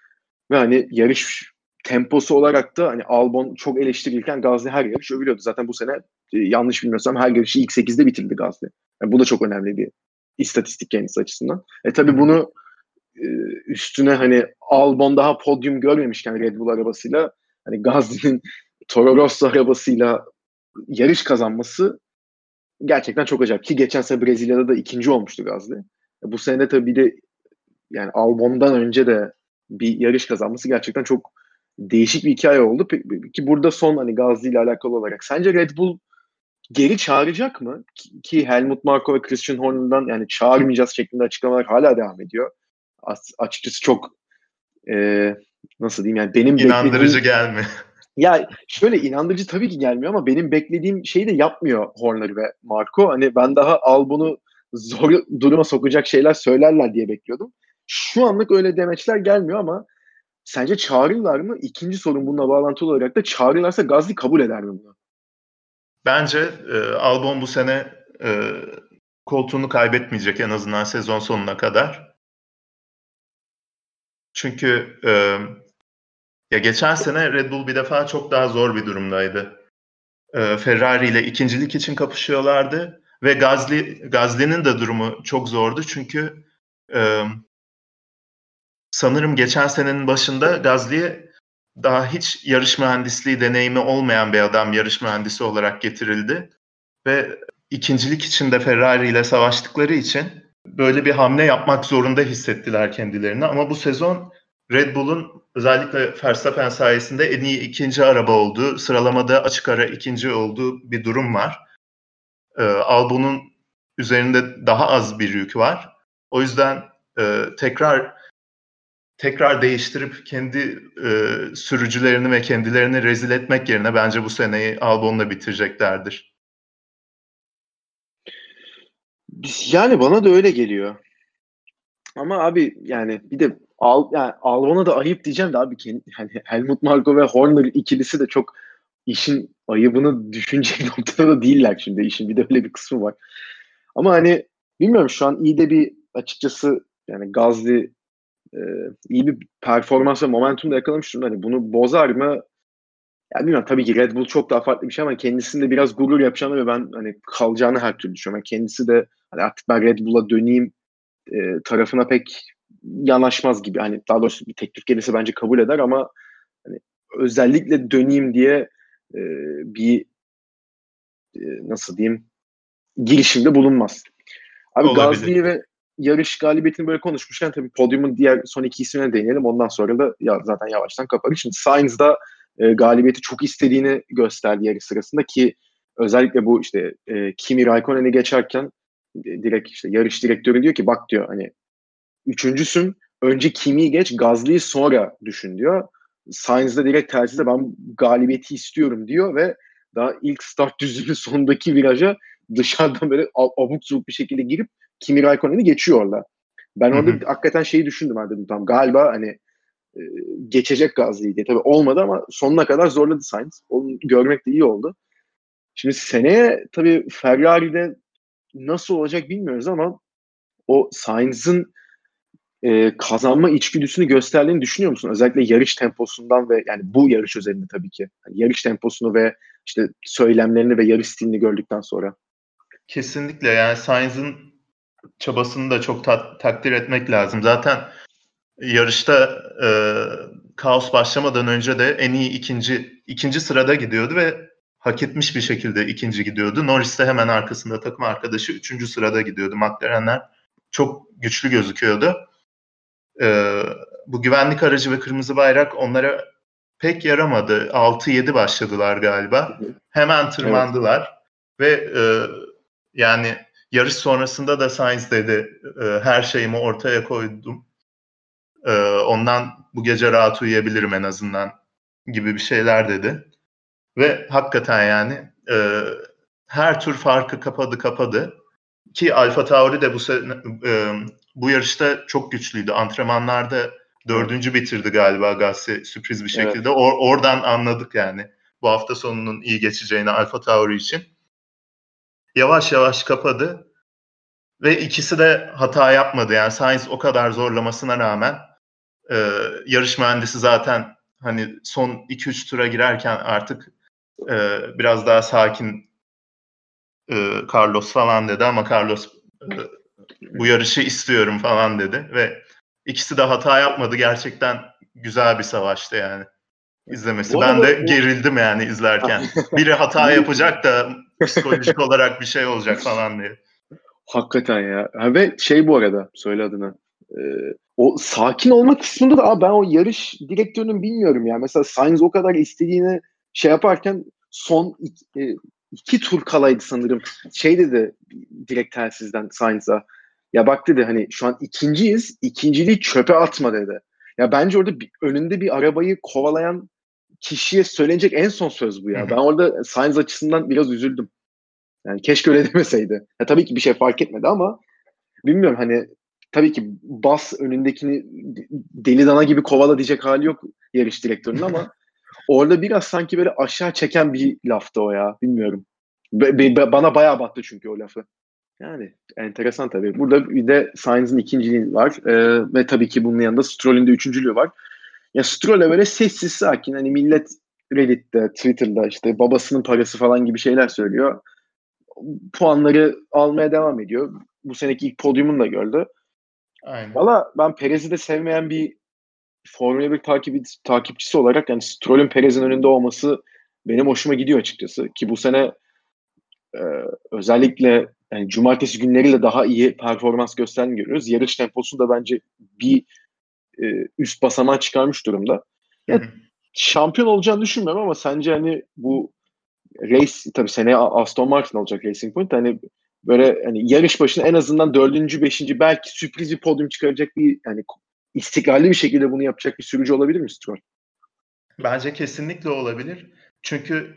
Ve hani yarış temposu olarak da hani Albon çok eleştirilirken Gasly her yarış övülüyordu. Zaten bu sene e, yanlış bilmiyorsam her yarışı ilk sekizde bitirdi Gasly. Yani bu da çok önemli bir istatistik kendisi açısından. E tabii bunu e, üstüne hani Albon daha podyum görmemişken Red Bull arabasıyla hani Gasly'nin Toro Rosso arabasıyla yarış kazanması gerçekten çok acayip. Ki geçen sene Brezilya'da da ikinci olmuştu Gasly. E, bu sene de tabii bir de yani Albon'dan önce de bir yarış kazanması gerçekten çok değişik bir hikaye oldu. Ki burada son hani Gasly ile alakalı olarak sence Red Bull geri çağıracak mı? Ki Helmut Marko ve Christian Horner'dan yani çağırmayacağız şeklinde açıklamalar hala devam ediyor. As- açıkçası çok e, nasıl diyeyim yani benim İnandırıcı beklediğim gelme. ya şöyle inandırıcı tabii ki gelmiyor ama benim beklediğim şeyi de yapmıyor Horner ve Marko. Hani ben daha Albon'u zor duruma sokacak şeyler söylerler diye bekliyordum. Şu anlık öyle demeçler gelmiyor ama sence çağırırlar mı? İkinci sorun bununla bağlantılı olarak da çağırırlarsa Gasly kabul eder mi bunu? Bence e, Albon bu sene e, koltuğunu kaybetmeyecek en azından sezon sonuna kadar. Çünkü e, ya geçen sene Red Bull bir defa çok daha zor bir durumdaydı. E, Ferrari ile ikincilik için kapışıyorlardı ve Gasly Gasly'nin de durumu çok zordu çünkü e, sanırım geçen senenin başında Gasly'ye daha hiç yarış mühendisliği deneyimi olmayan bir adam yarış mühendisi olarak getirildi ve ikincilik için de Ferrari ile savaştıkları için böyle bir hamle yapmak zorunda hissettiler kendilerini. Ama bu sezon Red Bull'un özellikle Verstappen sayesinde en iyi ikinci araba olduğu, sıralamada açık ara ikinci olduğu bir durum var. Ee, Albon'un üzerinde daha az bir yük var. O yüzden e, tekrar tekrar değiştirip kendi e, sürücülerini ve kendilerini rezil etmek yerine bence bu seneyi Albon'la bitireceklerdir. Yani bana da öyle geliyor. Ama abi yani bir de Al, yani Albon'a da ayıp diyeceğim de abi kendi, yani Helmut Marko ve Horner ikilisi de çok işin ayıbını düşünecek noktada da değiller şimdi. İşin bir de öyle bir kısmı var. Ama hani bilmiyorum şu an iyi de bir açıkçası yani Gasly e, iyi bir performans ve momentum da yakalamış durumda. Hani bunu bozar mı? Ya bilmiyorum tabii ki Red Bull çok daha farklı bir şey ama kendisinde biraz gurur yapacağını ve ben hani kalacağını her türlü düşünüyorum. Yani kendisi de hani artık ben Red Bull'a döneyim e, tarafına pek yanaşmaz gibi. Hani daha doğrusu bir teklif gelirse bence kabul eder ama hani özellikle döneyim diye e, bir e, nasıl diyeyim girişimde bulunmaz. Abi Olabilir. Gasly ve yarış galibiyetini böyle konuşmuşken tabii podyumun diğer son iki ismine değinelim. Ondan sonra da ya zaten yavaştan kaparız. Şimdi Sainz da e, galibiyeti çok istediğini gösterdi yarış sırasında ki özellikle bu işte e, Kimi Raikkonen'i geçerken e, direkt işte yarış direktörü diyor ki bak diyor hani üçüncüsün önce Kimi'yi geç Gasly'yi sonra düşün diyor. Sainz de direkt tersine ben galibiyeti istiyorum diyor ve daha ilk start düzlüğünün sonundaki viraja dışarıdan böyle abuk subuk bir şekilde girip Kimi Raikkonen'i geçiyor orada. Ben orada Hı hı. hakikaten şeyi düşündüm. Hani dedim tamam galiba hani e, geçecek Gasly diye. Tabii olmadı ama sonuna kadar zorladı Sainz. Onu görmek de iyi oldu. Şimdi seneye tabii Ferrari'de nasıl olacak bilmiyoruz ama o Sainz'ın e, kazanma içgüdüsünü gösterdiğini düşünüyor musun? Özellikle yarış temposundan ve yani bu yarış özelinde tabii ki. Yani yarış temposunu ve işte söylemlerini ve yarış stilini gördükten sonra. Kesinlikle, yani Sainz'ın çabasını da çok ta- takdir etmek lazım. Zaten yarışta e, kaos başlamadan önce de en iyi ikinci ikinci sırada gidiyordu ve hak etmiş bir şekilde ikinci gidiyordu. Norris de hemen arkasında takım arkadaşı üçüncü sırada gidiyordu. McLaren'ler çok güçlü gözüküyordu. E, bu güvenlik aracı ve kırmızı bayrak onlara pek yaramadı. altı yedi başladılar Hı galiba. hı. Hemen Evet. tırmandılar ve e, yani yarış sonrasında da Sainz dedi e, her şeyimi ortaya koydum. E, ondan bu gece rahat uyuyabilirim en azından gibi bir şeyler dedi. Ve hakikaten yani e, her tur farkı kapadı kapadı. Ki Alfa Tauri de bu sene, e, bu yarışta çok güçlüydü. Antrenmanlarda Evet. dördüncü bitirdi galiba Gasly sürpriz bir Evet. şekilde. Or- oradan anladık yani bu hafta sonunun iyi geçeceğini Alfa Tauri için. Yavaş yavaş kapadı ve ikisi de hata yapmadı. Yani Sainz o kadar zorlamasına rağmen e, yarış mühendisi zaten hani son iki üç tura girerken artık e, biraz daha sakin e, Carlos falan dedi ama Carlos e, bu yarışı istiyorum falan dedi ve ikisi de hata yapmadı. Gerçekten güzel bir savaştı yani izlemesi. Bu Ben arada de o gerildim yani izlerken. Biri hata bu yapacak da psikolojik olarak bir şey olacak falan diye. hakikaten ya. Ha, ve şey bu arada söyle adını. Ee, o sakin olma kısmında da abi ben o yarış direktörünün bilmiyorum ya. Mesela Sainz o kadar istediğini şey yaparken son iki, e, iki tur kalaydı sanırım. Şey dedi direkt telsizden Sainz'a. Ya bak dedi hani şu an ikinciyiz. İkinciliği çöpe atma dedi. Ya bence orada bir, önünde bir arabayı kovalayan kişiye söylenecek en son söz bu ya. Ben orada Sainz açısından biraz üzüldüm. Yani keşke öyle demeseydi. Ya tabii ki bir şey fark etmedi ama bilmiyorum hani tabii ki bas önündekini deli dana gibi kovala diyecek hali yok yarış direktörünün ama orada biraz sanki böyle aşağı çeken bir laftı o ya. Bilmiyorum. Be- be- bana bayağı battı çünkü o lafı. Yani enteresan tabii. Burada bir de Sainz'in ikinciliği var. Ee, ve tabii ki bunun yanında Stroll'ün de üçüncülüğü var. Ya Stroll'e böyle sessiz sakin hani millet Reddit'te, Twitter'da işte babasının parası falan gibi şeyler söylüyor. Puanları almaya devam ediyor. Bu seneki ilk podyumunu da gördü. Aynen. Valla ben Perez'i de sevmeyen bir Formula bir takibi, takipçisi olarak yani Stroll'ün Perez'in önünde olması benim hoşuma gidiyor açıkçası. Ki bu sene e, özellikle yani cumartesi günleriyle daha iyi performans gösterdiğini görüyoruz. Yarış temposunu da bence bir e, üst basamağa çıkarmış durumda. Ya şampiyon olacağını düşünmüyorum ama sence hani bu race tabii seneye Aston Martin olacak Racing Point. Hani böyle hani yarış başına en azından dördüncü, beşinci belki sürpriz bir podyum çıkaracak bir yani istikrarlı bir şekilde bunu yapacak bir sürücü olabilir mi Stroll? Bence kesinlikle olabilir. Çünkü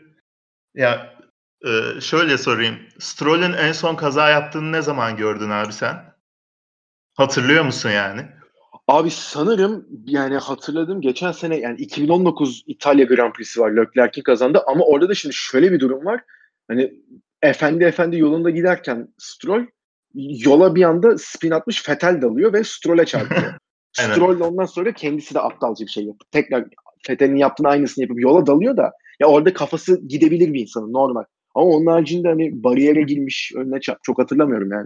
ya e, şöyle sorayım. Stroll'ün en son kaza yaptığını ne zaman gördün abi sen? Hatırlıyor musun yani? Abi sanırım yani hatırladım geçen sene yani iki bin on dokuz İtalya Grand Prix'si var. Leclerc'in kazandı ama orada da şimdi şöyle bir durum var. Hani efendi efendi yolunda giderken Stroll yola bir anda spin atmış Vettel dalıyor ve Stroll'e çarpıyor. Aynen. Stroll de ondan sonra kendisi de aptalca bir şey yapıp tekrar Vettel'in yaptığını aynısını yapıp yola dalıyor da ya orada kafası gidebilir bir insanın normal. Ama onun haricinde hani bariyere girmiş önüne çarp. Çok hatırlamıyorum yani.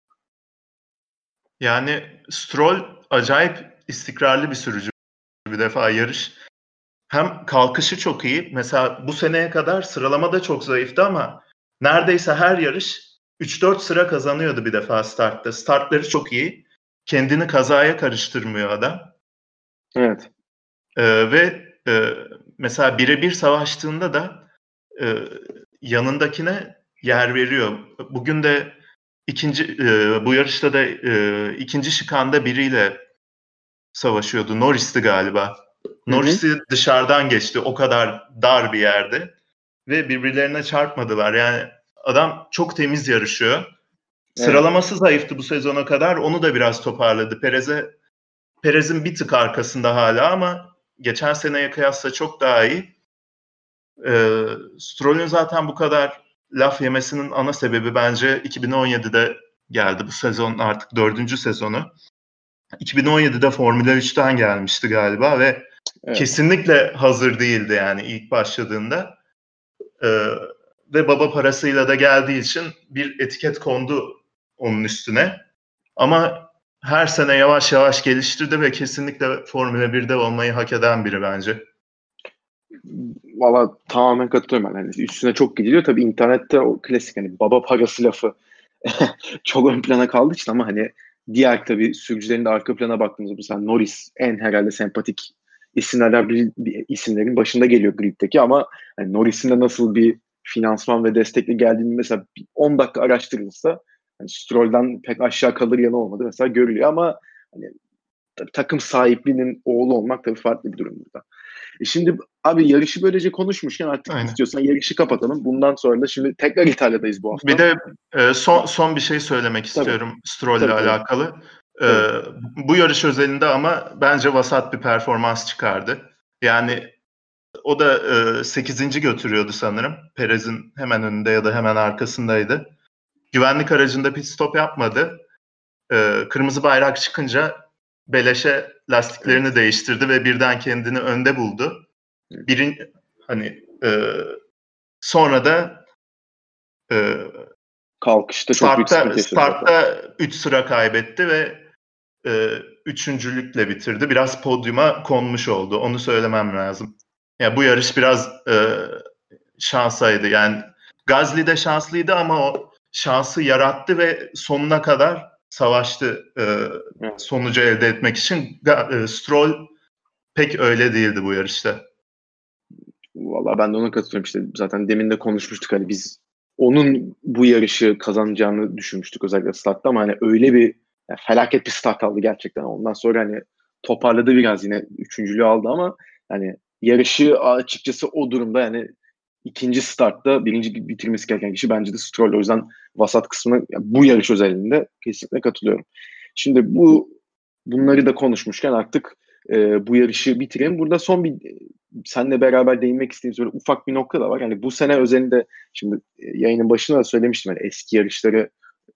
Yani Stroll acayip istikrarlı bir sürücü bir defa yarış. Hem kalkışı çok iyi. Mesela bu seneye kadar sıralamada çok zayıftı ama neredeyse her yarış üç dört sıra kazanıyordu bir defa startta. Startları çok iyi. Kendini kazaya karıştırmıyor adam. Evet. Ee, ve e, mesela birebir savaştığında da e, yanındakine yer veriyor. Bugün de ikinci e, bu yarışta da e, ikinci şikanda biriyle savaşıyordu. Norris'ti galiba. Hı hı. Norris'i dışarıdan geçti. O kadar dar bir yerde ve birbirlerine çarpmadılar. Yani adam çok temiz yarışıyor. Sıralaması zayıftı bu sezona kadar. Onu da biraz toparladı. Perez'e Perez'in bir tık arkasında hala ama geçen seneye kıyasla çok daha iyi. Ee, Stroll'ün zaten bu kadar laf yemesinin ana sebebi bence iki bin on yedide geldi. Bu sezon artık dördüncü sezonu. iki bin on yedide Formula üçten gelmişti galiba ve evet. Kesinlikle hazır değildi yani ilk başladığında. Ee, ve baba parasıyla da geldiği için bir etiket kondu onun üstüne. Ama her sene yavaş yavaş geliştirdi ve kesinlikle Formula birde olmayı hak eden biri bence. Valla tamamen katılıyorum ben. Yani üstüne çok gidiliyor. Tabii internette o klasik hani baba parası lafı çok ön plana kaldığı için ama hani diğer tabii sürücülerin de arka plana baktığımızda mesela Norris en herhalde sempatik isimlerden bir, bir isimlerin başında geliyor griddeki ama hani Norris'in de nasıl bir finansman ve destekle geldiğini mesela on dakika araştırılırsa hani Stroll'dan pek aşağı kalır yanı olmadı mesela görülüyor ama hani tabii takım sahipliğinin oğlu olmak tabii farklı bir durum burada. E şimdi abi yarışı böylece konuşmuşken artık Aynen. istiyorsan yarışı kapatalım. Bundan sonra da şimdi tekrar İtalya'dayız bu hafta. Bir de e, son son bir şey söylemek tabii. istiyorum Stroll'le alakalı. E, bu yarış özelinde ama bence vasat bir performans çıkardı. Yani o da e, sekizinci götürüyordu sanırım. Perez'in hemen önünde ya da hemen arkasındaydı. Güvenlik aracında pit stop yapmadı. E, kırmızı bayrak çıkınca beleşe lastiklerini evet. değiştirdi ve birden kendini önde buldu. Birin hani e, sonra da e, kalkışta çok büyük sıkıntı yaşadı. Start'ta üç sıra kaybetti ve e, üçüncülükle bitirdi. Biraz podyuma konmuş oldu. Onu söylemem lazım. Ya yani bu yarış biraz e, şansaydı. Yani Gasly de şanslıydı ama o şansı yarattı ve sonuna kadar savaştı e, evet. sonucu elde etmek için. E, Stroll pek öyle değildi bu yarışta. Vallahi ben de ona katılıyorum işte. Zaten demin de konuşmuştuk hani biz onun bu yarışı kazanacağını düşünmüştük özellikle startta ama hani öyle bir yani felaket bir start aldı gerçekten. Ondan sonra hani toparladı biraz yine üçüncülüğü aldı ama hani yarışı açıkçası o durumda yani ikinci startta birinci bitirmesi gereken kişi bence de Stroll. O yüzden vasat kısmına yani bu yarış özelinde kesinlikle katılıyorum. Şimdi bu bunları da konuşmuşken artık e, bu yarışı bitirelim. Burada son bir seninle beraber değinmek istediğimiz böyle ufak bir nokta da var. Yani bu sene özelinde şimdi yayının başında da söylemiştim. Yani eski yarışları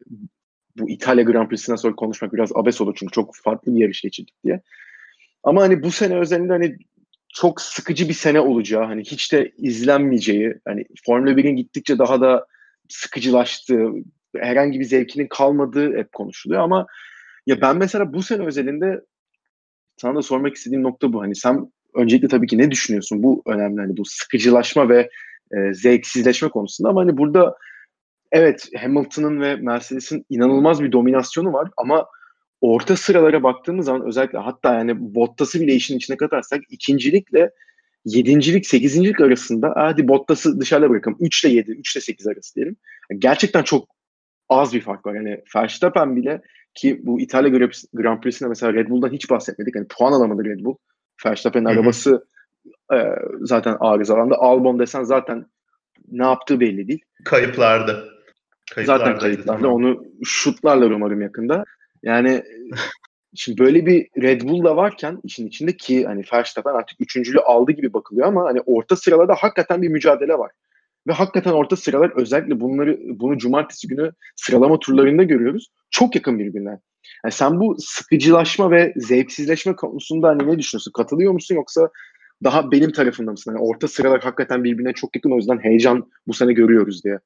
bu İtalya Grand Prix'sinden sonra konuşmak biraz abes olur çünkü çok farklı bir yarış geçirdik diye. Ama hani bu sene özelinde hani çok sıkıcı bir sene olacağı, hani hiç de izlenmeyeceği, hani Formula birin gittikçe daha da sıkıcılaştığı, herhangi bir zevkinin kalmadığı hep konuşuluyor ama ya ben mesela bu sene özelinde sana da sormak istediğim nokta bu. Hani sen öncelikle tabii ki ne düşünüyorsun? Bu önemli. Hani bu sıkıcılaşma ve e, zevksizleşme konusunda ama hani burada evet Hamilton'ın ve Mercedes'in inanılmaz bir dominasyonu var ama orta sıralara baktığımız zaman özellikle hatta yani Bottas'ı bile işin içine katarsak ikincilikle yedincilik, sekizincilik arasında hadi Bottas'ı dışarıda bırakalım. üç ile yedi, üç ile sekiz arası diyelim. Gerçekten çok az bir fark var. Yani Verstappen bile ki bu İtalya Grand Prix'sinde mesela Red Bull'dan hiç bahsetmedik. Yani puan alamadı Red Bull. Verstappen'in arabası e, zaten arızalandı. Albon desen zaten ne yaptığı belli değil. Kayıplardı. Zaten kayıplardı. Tamam. Onu şutlarlar umarım yakında. Yani şimdi böyle bir Red Bull da varken işin içinde ki hani Verstappen artık üçüncülüğü aldı gibi bakılıyor ama hani orta sıralarda hakikaten bir mücadele var. Ve hakikaten orta sıralar özellikle bunları bunu cumartesi günü sıralama turlarında görüyoruz. Çok yakın birbirine. Yani sen bu sıkıcılaşma ve zevksizleşme konusunda hani ne düşünüyorsun? Katılıyor musun yoksa daha benim tarafımda mısın? Yani orta sıralar hakikaten birbirine çok yakın o yüzden heyecan bu sene görüyoruz diye.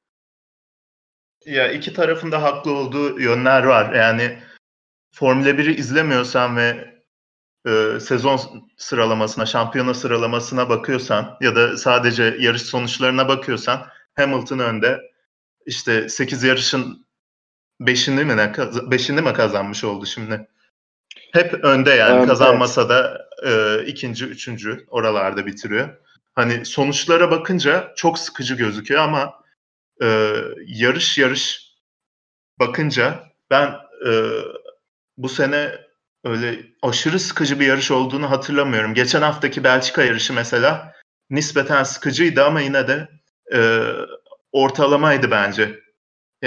Ya iki tarafında haklı olduğu yönler var. Yani Formula biri izlemiyorsan ve e, sezon sıralamasına, şampiyona sıralamasına bakıyorsan ya da sadece yarış sonuçlarına bakıyorsan Hamilton önde. İşte sekiz yarışın beşini mi ne beşini mi kazanmış oldu şimdi? Hep önde yani um, kazanmasa evet. da e, ikinci, üçüncü oralarda bitiriyor. Hani sonuçlara bakınca çok sıkıcı gözüküyor ama e, yarış yarış bakınca ben e, bu sene öyle aşırı sıkıcı bir yarış olduğunu hatırlamıyorum. Geçen haftaki Belçika yarışı mesela nispeten sıkıcıydı ama yine de e, ortalamaydı bence. Yani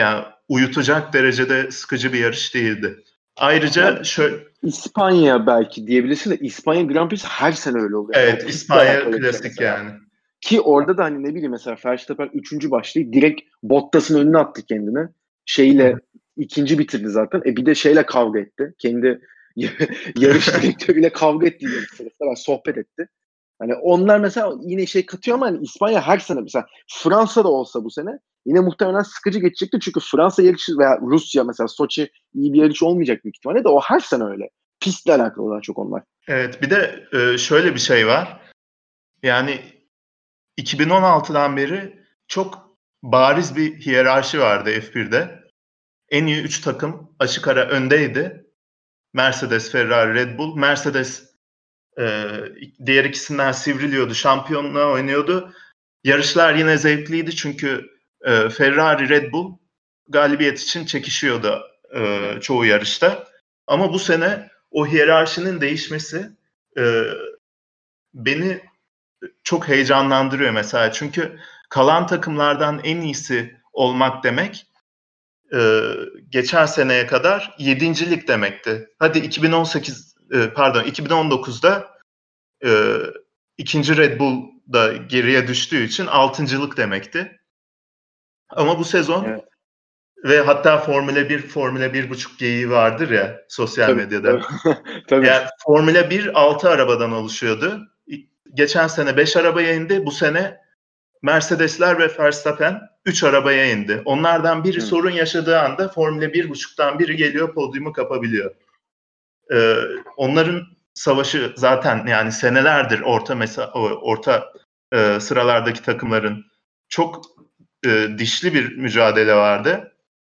uyutacak derecede sıkıcı bir yarış değildi. Ayrıca Ya, şöyle... İspanya belki diyebilirsin de İspanya Grand Prix her sene öyle oluyor. Yani Evet, o pistle İspanya alakalı bir şey klasik mesela. yani. Ki orada da hani ne bileyim mesela Verstappen üçüncü başlayıp direkt Bottas'ın önüne attı kendini. Şeyle ikinci bitirdi zaten. E bir de şeyle kavga etti. Kendi yarış direktörüyle kavga etti yarış sırasında. Ben sohbet etti. Hani onlar mesela yine şey katıyor ama hani İspanya her sene mesela Fransa'da olsa bu sene yine muhtemelen sıkıcı geçecekti. Çünkü Fransa yarışı veya Rusya mesela Soçi iyi bir yarış olmayacak büyük ihtimalle de o her sene öyle. Pistle alakalı daha çok onlar. Evet, bir de e, şöyle bir şey var. Yani iki bin on altıdan beri çok bariz bir hiyerarşi vardı F birde. En iyi üç takım açık ara öndeydi. Mercedes, Ferrari, Red Bull. Mercedes e, diğer ikisinden sivriliyordu, şampiyonluğa oynuyordu. Yarışlar yine zevkliydi çünkü e, Ferrari, Red Bull galibiyet için çekişiyordu e, çoğu yarışta. Ama bu sene o hiyerarşinin değişmesi e, beni çok heyecanlandırıyor mesela. Çünkü kalan takımlardan en iyisi olmak demek e, geçen seneye kadar yedincilik demekti. Hadi iki bin on sekiz e, pardon iki bin on dokuzda e, ikinci Red Bull da geriye düştüğü için altıncılık demekti. Ama bu sezon Evet. ve hatta Formula bir, Formula bir buçuk geyiği vardır ya sosyal Tabii. medyada. Tabii. Yani Formula bir altı arabadan oluşuyordu. Geçen sene beş arabaya indi. Bu sene Mercedesler ve Verstappen üç arabaya indi. Onlardan biri Evet. sorun yaşadığı anda Formula bir buçuktan biri geliyor podyumu kapabiliyor. Ee, onların savaşı zaten yani senelerdir orta mesa orta e, sıralardaki takımların çok e, dişli bir mücadele vardı.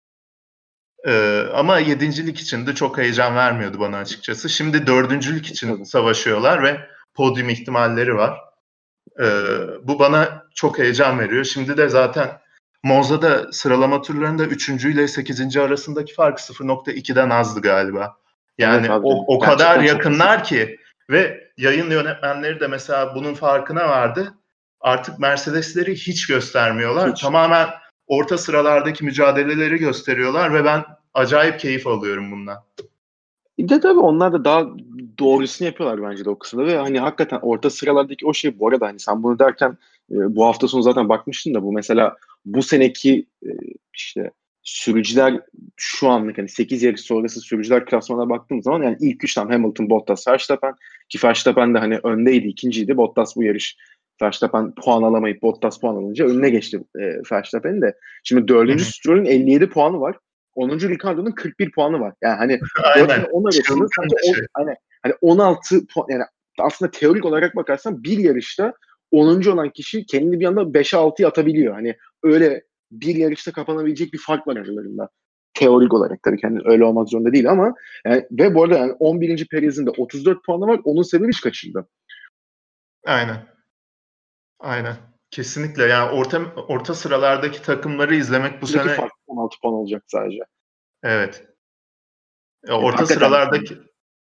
E, ama yedincilik için de çok heyecan vermiyordu bana açıkçası. Şimdi dördüncülük için Tabii. savaşıyorlar ve podyum ihtimalleri var. E, bu bana çok heyecan veriyor. Şimdi de zaten Monza'da sıralama turlarında üçüncü ile sekizinci arasındaki fark sıfır nokta ikiden azdı galiba. Evet Yani abi. o, o kadar Gerçekten çok basit. yakınlar ki ve yayın yönetmenleri de mesela bunun farkına vardı. Artık Mercedesleri hiç göstermiyorlar. Hiç. Tamamen orta sıralardaki mücadeleleri gösteriyorlar ve ben acayip keyif alıyorum bundan. Bir de tabii onlar da daha doğrusunu yapıyorlar bence de o kısımda ve hani hakikaten orta sıralardaki o şey bu arada hani sen bunu derken e, bu hafta sonu zaten bakmıştın da bu mesela bu seneki e, işte sürücüler şu anlık hani sekiz yarış sonrası sürücüler klasmanına baktığım zaman yani ilk üç tam Hamilton, Bottas, Verstappen ki Verstappen de hani öndeydi, ikinciydi. Bottas bu yarış Verstappen puan alamayıp Bottas puan alınca önüne geçti e, Verstappen'in de. Şimdi dördüncü Stroll'ün elli yedi puanı var. onuncu Ricardo'nun kırk bir puanı var. Yani hani dört ile Aynen. on arasında Çılgın sadece bir on, şey. hani, hani on altı puan yani aslında teorik olarak bakarsan bir yarışta onuncu olan kişi kendini bir anda beşe altıya atabiliyor. Hani öyle bir yarışta kapanabilecek bir fark var aralarında. Teorik olarak tabii ki yani öyle olmak zorunda değil ama yani, ve bu arada yani on birinci Perez'in de otuz dört puanı var. Onun sebebi hiç kaçırdı. Aynen. Aynen. Kesinlikle. Yani orta orta sıralardaki takımları izlemek bu Buradaki sene fark on altı puan olacak sadece. evet. Ya Yani orta hakikaten sıralardaki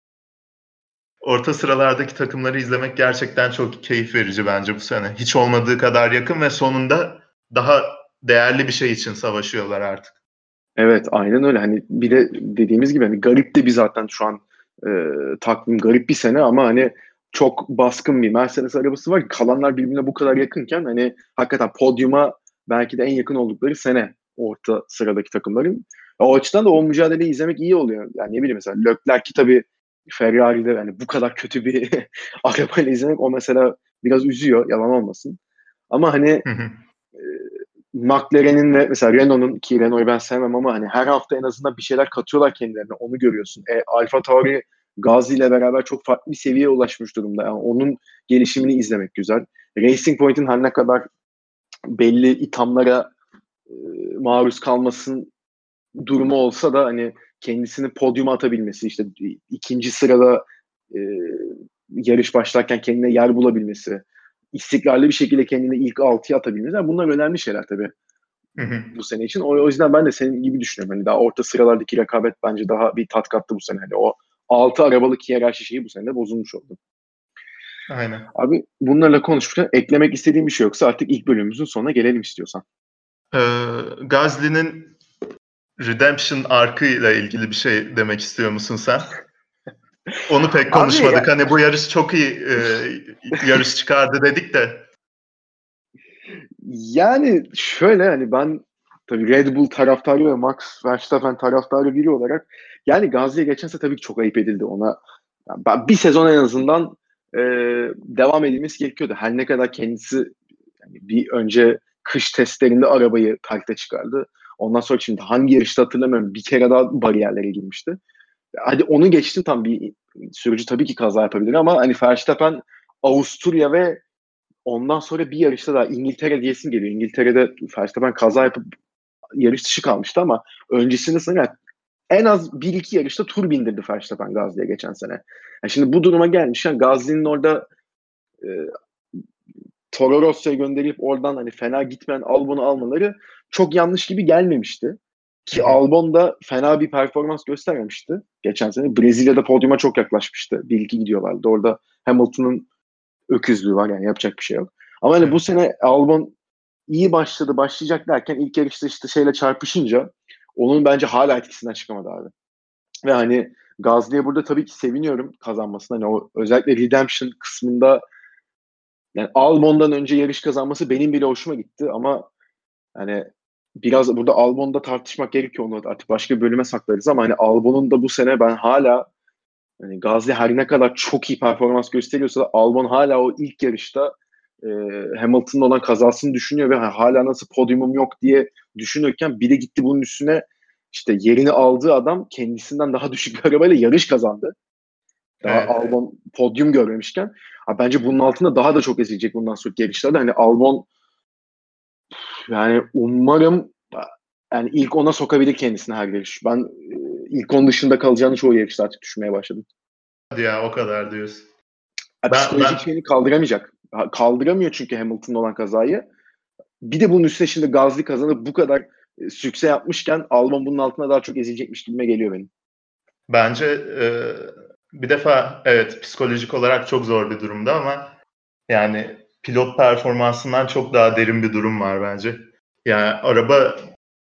orta sıralardaki takımları izlemek gerçekten çok keyif verici bence bu sene. Hiç olmadığı kadar yakın ve sonunda daha değerli bir şey için savaşıyorlar artık. evet aynen öyle. Hani bir de dediğimiz gibi hani garip de bir zaten şu an e, takvim garip bir sene ama hani çok baskın bir Mercedes arabası var. Kalanlar birbirine bu kadar yakınken hani hakikaten podyuma belki de en yakın oldukları sene orta sıradaki takımların. O açıdan da o mücadeleyi izlemek iyi oluyor. Yani ne bileyim mesela Leclerc'i tabii Ferrari'de yani bu kadar kötü bir arabayla izlemek o mesela biraz üzüyor yalan olmasın. Ama hani e, McLaren'in ve mesela Renault'un ki Renault'u ben sevmem ama hani her hafta en azından bir şeyler katıyorlar kendilerine. Onu görüyorsun. E, Alfa Tauri Gazi ile beraber çok farklı bir seviyeye ulaşmış durumda. Yani onun gelişimini izlemek güzel. Racing Point'in her ne kadar belli ithamlara e, maruz kalmasın durumu olsa da hani kendisini podyuma atabilmesi, işte ikinci sırada e, yarış başlarken kendine yer bulabilmesi, istikrarlı bir şekilde kendini ilk altıya atabilmesi. Yani bunlar önemli şeyler tabii bu sene için. O, o yüzden ben de senin gibi düşünüyorum. Hani daha orta sıralardaki rekabet bence daha bir tat kattı bu sene. Hani o altı arabalık hiyerarşi şeyi bu sene de bozulmuş oldu. Aynen. Abi bunlarla konuşurken eklemek istediğim bir şey yoksa artık ilk bölümümüzün sonuna gelelim istiyorsan. Ee, Gasly'nin Redemption arkıyla ilgili bir şey demek istiyor musun sen? Onu pek Abi konuşmadık. ya- Hani bu yarış çok iyi e, yarış çıkardı dedik de. Yani şöyle hani ben tabii Red Bull taraftarı ve Max Verstappen taraftarı biri olarak yani Gazze'ye geçense tabii ki çok ayıp edildi ona. Yani ben bir sezon en azından e, devam edilmesi gerekiyordu. Her ne kadar kendisi yani bir önce kış testlerinde arabayı parkta çıkardı. Ondan sonra şimdi hangi yarışta hatırlamıyorum bir kere daha bariyerlere girmişti. Hadi onu geçtim, tam bir sürücü tabii ki kaza yapabilir ama hani Verstappen Avusturya ve ondan sonra bir yarışta da İngiltere diyesim geliyor. İngiltere'de Verstappen kaza yapıp yarış dışı kalmıştı ama öncesinde sanırım en az bir iki yarışta tur bindirdi Verstappen Gazli'ye geçen sene. Yani şimdi bu duruma gelmişken Gazli'nin orada e, Toro Rosso'ya gönderip oradan hani fena gitmeyen Albon'u almaları çok yanlış gibi gelmemişti. Hı Ki hı. Albon da fena bir performans göstermemişti geçen sene. Brezilya'da podyuma çok yaklaşmıştı. Bir iki gidiyorlardı. Orada Hamilton'ın öküzlüğü var, yani yapacak bir şey yok. Ama hani bu Evet. sene Albon iyi başladı, başlayacak derken ilk yarışta işte şeyle çarpışınca onun bence hala etkisinden çıkamadı abi. Ve hani Gazli'ye burada tabii ki seviniyorum kazanmasına. Hani o özellikle Redemption kısmında yani Albon'dan önce yarış kazanması benim bile hoşuma gitti ama hani biraz burada Albon'da tartışmak gerekiyor, onu artık başka bir bölüme saklarız ama hani Albon'un da bu sene ben hala hani Gazli her ne kadar çok iyi performans gösteriyorsa da Albon hala o ilk yarışta e, Hamilton'la olan kazasını düşünüyor ve hala nasıl podyumum yok diye düşünürken bir de gitti bunun üstüne işte yerini aldığı adam kendisinden daha düşük bir arabayla yarış kazandı. Daha Evet. Albon podyum görmemişken. Ha, bence bunun altında daha da çok ezilecek bundan sonraki yarışlarda. Hani Albon yani umarım yani ilk ona sokabilir kendisini her yarış. Ben e, ilk on dışında kalacağını çoğu yarışta artık düşünmeye başladım. Hadi ya, o kadar diyorsun. Ha, Ben ben psikolojik şeyini kaldıramayacak. Ha, kaldıramıyor çünkü Hamilton'la olan kazayı. Bir de bunun üstüne şimdi Gazli kazanıp bu kadar e, sükse yapmışken Albon bunun altına daha çok ezilecekmiş gibime geliyor benim. bence e, bir defa evet, psikolojik olarak çok zor bir durumda ama yani pilot performansından çok daha derin bir durum var bence. Yani araba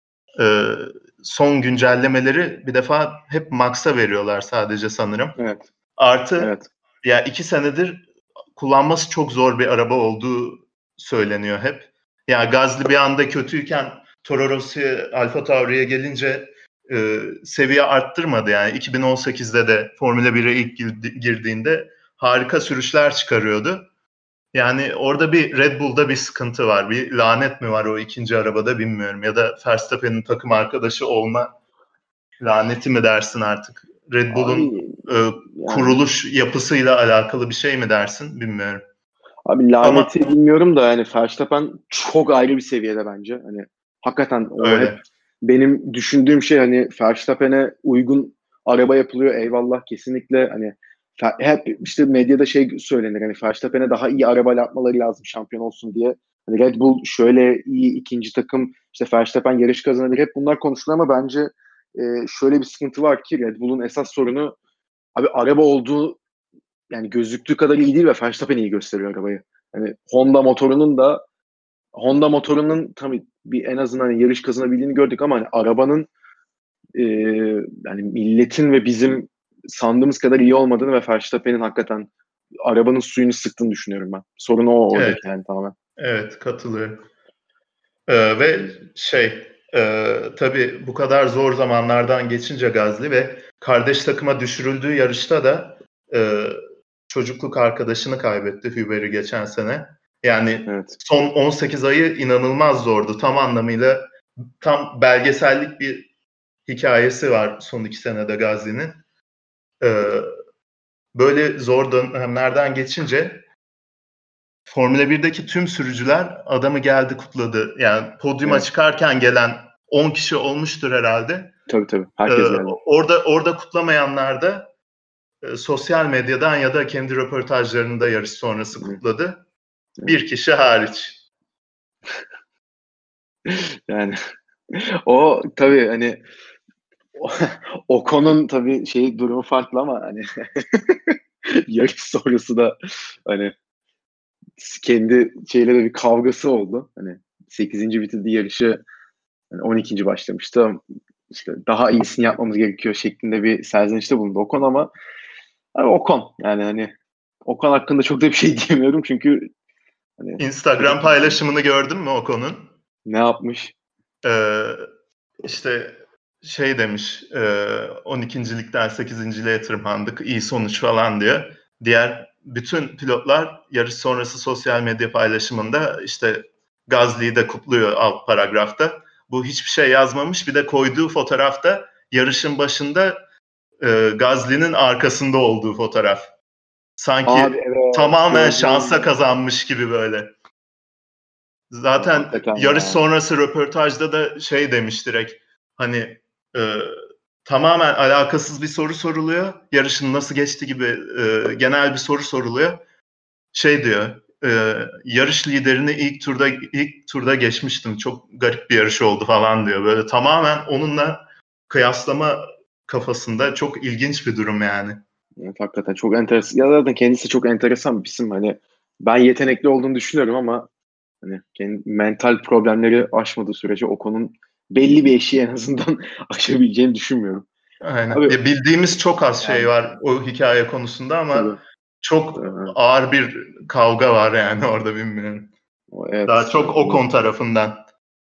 e, son güncellemeleri bir defa hep Max'a veriyorlar sadece sanırım. Evet, Artı evet. ya iki senedir kullanması çok zor bir araba olduğu söyleniyor hep. Ya Gazli bir anda kötüyken Toro Rosso Alfa Tauri'ye gelince e, seviye arttırmadı. Yani iki bin on sekizde de Formula bire ilk girdi, girdiğinde harika sürüşler çıkarıyordu. Yani orada bir Red Bull'da bir sıkıntı var. Bir lanet mi var o ikinci arabada bilmiyorum. Ya da Verstappen'in takım arkadaşı olma laneti mi dersin artık? Red Bull'un Abi e, yani kuruluş yapısıyla alakalı bir şey mi dersin bilmiyorum. abi Ama laneti bilmiyorum da yani Verstappen çok ayrı bir seviyede bence. Hani hakikaten o hep öyle. benim düşündüğüm şey, hani Verstappen'e uygun araba yapılıyor, eyvallah kesinlikle, hani hep işte medyada şey söylenir, hani Verstappen'e daha iyi araba yapmaları lazım şampiyon olsun diye. Hani Red Bull şöyle iyi ikinci takım, işte Verstappen yarış kazanabilir, hep bunlar konuşuluyor ama bence e, şöyle bir sıkıntı var ki Red Bull'un esas sorunu abi araba olduğu, yani gözüktüğü kadar iyi değil ve Verstappen iyi gösteriyor arabayı. Hani Honda motorunun da Honda motorunun tabii bir en azından hani yarış kazanabildiğini gördük ama hani arabanın e, yani milletin ve bizim sandığımız kadar iyi olmadığını ve Verstappen'in hakikaten arabanın suyunu sıktığını düşünüyorum ben. Sorun o Evet, oradaki yani tamamen. evet katılıyorum. Ee, ve şey e, tabii bu kadar zor zamanlardan geçince Gazli ve kardeş takıma düşürüldüğü yarışta da e, çocukluk arkadaşını kaybetti, Hüber'i, geçen sene. Yani Evet. son on sekiz ayı inanılmaz zordu. Tam anlamıyla tam belgesellik bir hikayesi var son iki senede Gazli'nin. Ee, böyle zor dönemlerden geçince Formula birdeki tüm sürücüler adamı geldi kutladı. Yani podyuma Evet. çıkarken gelen on kişi olmuştur herhalde. Tabii tabii. Ee, Herkes geldi. orada orada kutlamayanlar da e, sosyal medyadan ya da kendi röportajlarında yarış sonrası Evet. kutladı. Evet. Bir kişi hariç. Yani o tabii hani Ocon'un tabii şey durumu farklı ama hani yarış sonrası da hani kendi şeyle de bir kavgası oldu. Hani sekizinci bitirdiği yarışı yani on ikinci başlamıştı. işte daha iyisini yapmamız gerekiyor şeklinde bir serzenişte bulundu Ocon ama abi Ocon yani hani Ocon hakkında çok da bir şey diyemiyorum çünkü hani Instagram paylaşımını gördün mü Ocon'un? ne yapmış? Ee, işte şey demiş, e, on ikincilikten sekizinciliğe tırmandık, iyi sonuç falan diyor. Diğer bütün pilotlar yarış sonrası sosyal medya paylaşımında işte Gasly'yi de kutluyor alt paragrafta. Bu hiçbir şey yazmamış. Bir de koyduğu fotoğrafta yarışın başında e, Gasly'nin arkasında olduğu fotoğraf. Sanki Abi evet tamamen şansa gördüm. kazanmış gibi böyle. Ya, Zaten hakikaten yarış ya. sonrası röportajda da şey demiş direkt, hani e, tamamen alakasız bir soru soruluyor. Yarışın nasıl geçti gibi e, genel bir soru soruluyor. Şey diyor, e, yarış liderini ilk turda ilk turda geçmiştim. Çok garip bir yarış oldu falan diyor. Böyle tamamen onunla kıyaslama kafasında, çok ilginç bir durum yani. Evet, hakikaten çok enteresan. Ya zaten kendisi çok enteresan bir isim. Hani ben yetenekli olduğunu düşünüyorum ama hani kendi mental problemleri aşmadığı sürece Ocon'un belli bir eşiği en azından aşabileceğini düşünmüyorum. Aynen. Abi Ya bildiğimiz çok az şey yani var o hikaye konusunda ama tabii. çok Ee, ağır bir kavga var yani orada, bilmiyorum. o- Daha evet. çok Yani, Ocon tarafından.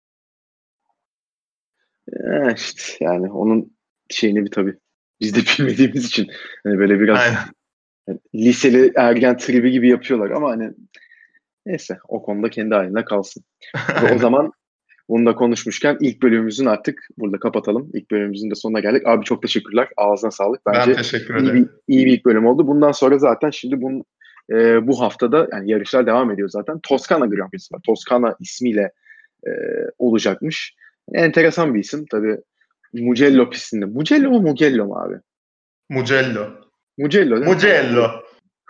eh, işte yani onun şeyini bir tabii biz de bilmediğimiz için hani böyle biraz Aynen. hani liseli ergen tribi gibi yapıyorlar ama hani neyse o konuda kendi haline kalsın. Abi o Aynen. zaman bunu da konuşmuşken ilk bölümümüzün artık burada kapatalım. İlk bölümümüzün de sonuna geldik. Abi çok teşekkürler. Ağzına sağlık. Ben Bence teşekkür iyi bir ederim. iyi bir ilk bölüm oldu. Bundan sonra zaten şimdi bunun e, bu haftada yani yarışlar devam ediyor zaten. Toskana Grand Prix'si var. Toskana ismiyle e, olacakmış. Enteresan bir isim. Tabii Mugello pistinde. Mugello mu Mugello mu abi? Mugello. Mugello değil mi? Tamam. Bu Mugello.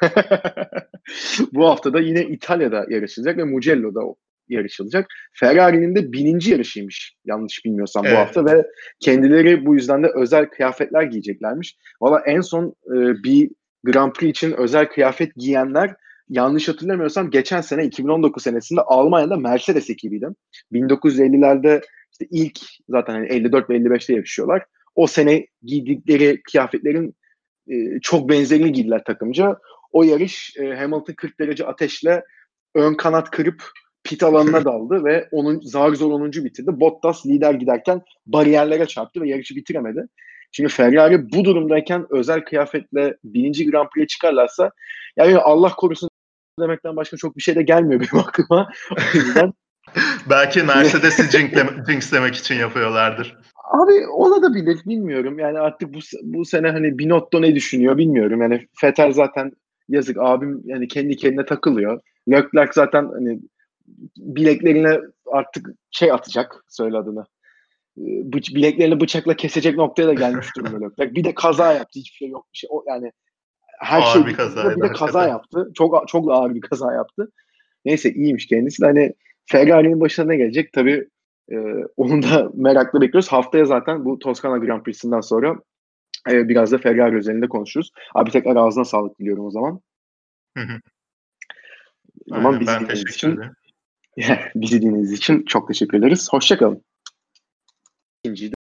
bu hafta da yine İtalya'da yarışılacak ve Mugello'da yarışılacak. Ferrari'nin de bininci yarışıymış yanlış bilmiyorsam bu hafta Evet. ve kendileri bu yüzden de özel kıyafetler giyeceklermiş. Valla en son e, bir Grand Prix için özel kıyafet giyenler yanlış hatırlamıyorsam geçen sene iki bin on dokuz senesinde Almanya'da Mercedes ekibiydi. bin dokuz yüz ellilerde işte ilk zaten hani elli dört ve elli beşte yarışıyorlar. O sene giydikleri kıyafetlerin e, çok benzerini giydiler takımca. O yarış e, Hamilton kırk derece ateşle ön kanat kırıp pit alanına daldı ve onun zar zor onuncu bitirdi. Bottas lider giderken bariyerlere çarptı ve yarışı bitiremedi. Şimdi Ferrari bu durumdayken özel kıyafetle birinci Grand Prix'e çıkarlarsa yani Allah korusun demekten başka çok bir şey de gelmiyor benim aklıma. O yüzden Belki Mercedes'i jinxle- jinxlemek için yapıyorlardır. abi ona da bilir bilmiyorum. Yani artık bu bu sene hani Binotto ne düşünüyor bilmiyorum. Yani Vettel zaten yazık abim yani kendi kendine takılıyor. Leclerc zaten hani bileklerine artık şey atacak söyle adını. Bıç, bileklerini bıçakla kesecek noktaya da gelmiş durumda Leclerc. Bir de kaza yaptı hiçbir şey yok bir şey. O, yani her Ağır şey bir bittiğinde bir kazaydı de kaza hakikaten. yaptı. Çok çok da ağır bir kaza yaptı. Neyse iyiymiş kendisi de hani Ferrari'nin başına ne gelecek tabii e, onu da merakla bekliyoruz. Haftaya zaten bu Toskana Grand Prix'sinden sonra e, biraz da Ferrari özelinde konuşuruz. Abi tekrar ağzına sağlık diliyorum o zaman. Hı hı. O zaman Aynen, bizi ben dinlediğiniz teşekkür için ederim. bizi dinlediğiniz için çok teşekkür ederiz. Hoşçakalın. İkinciyi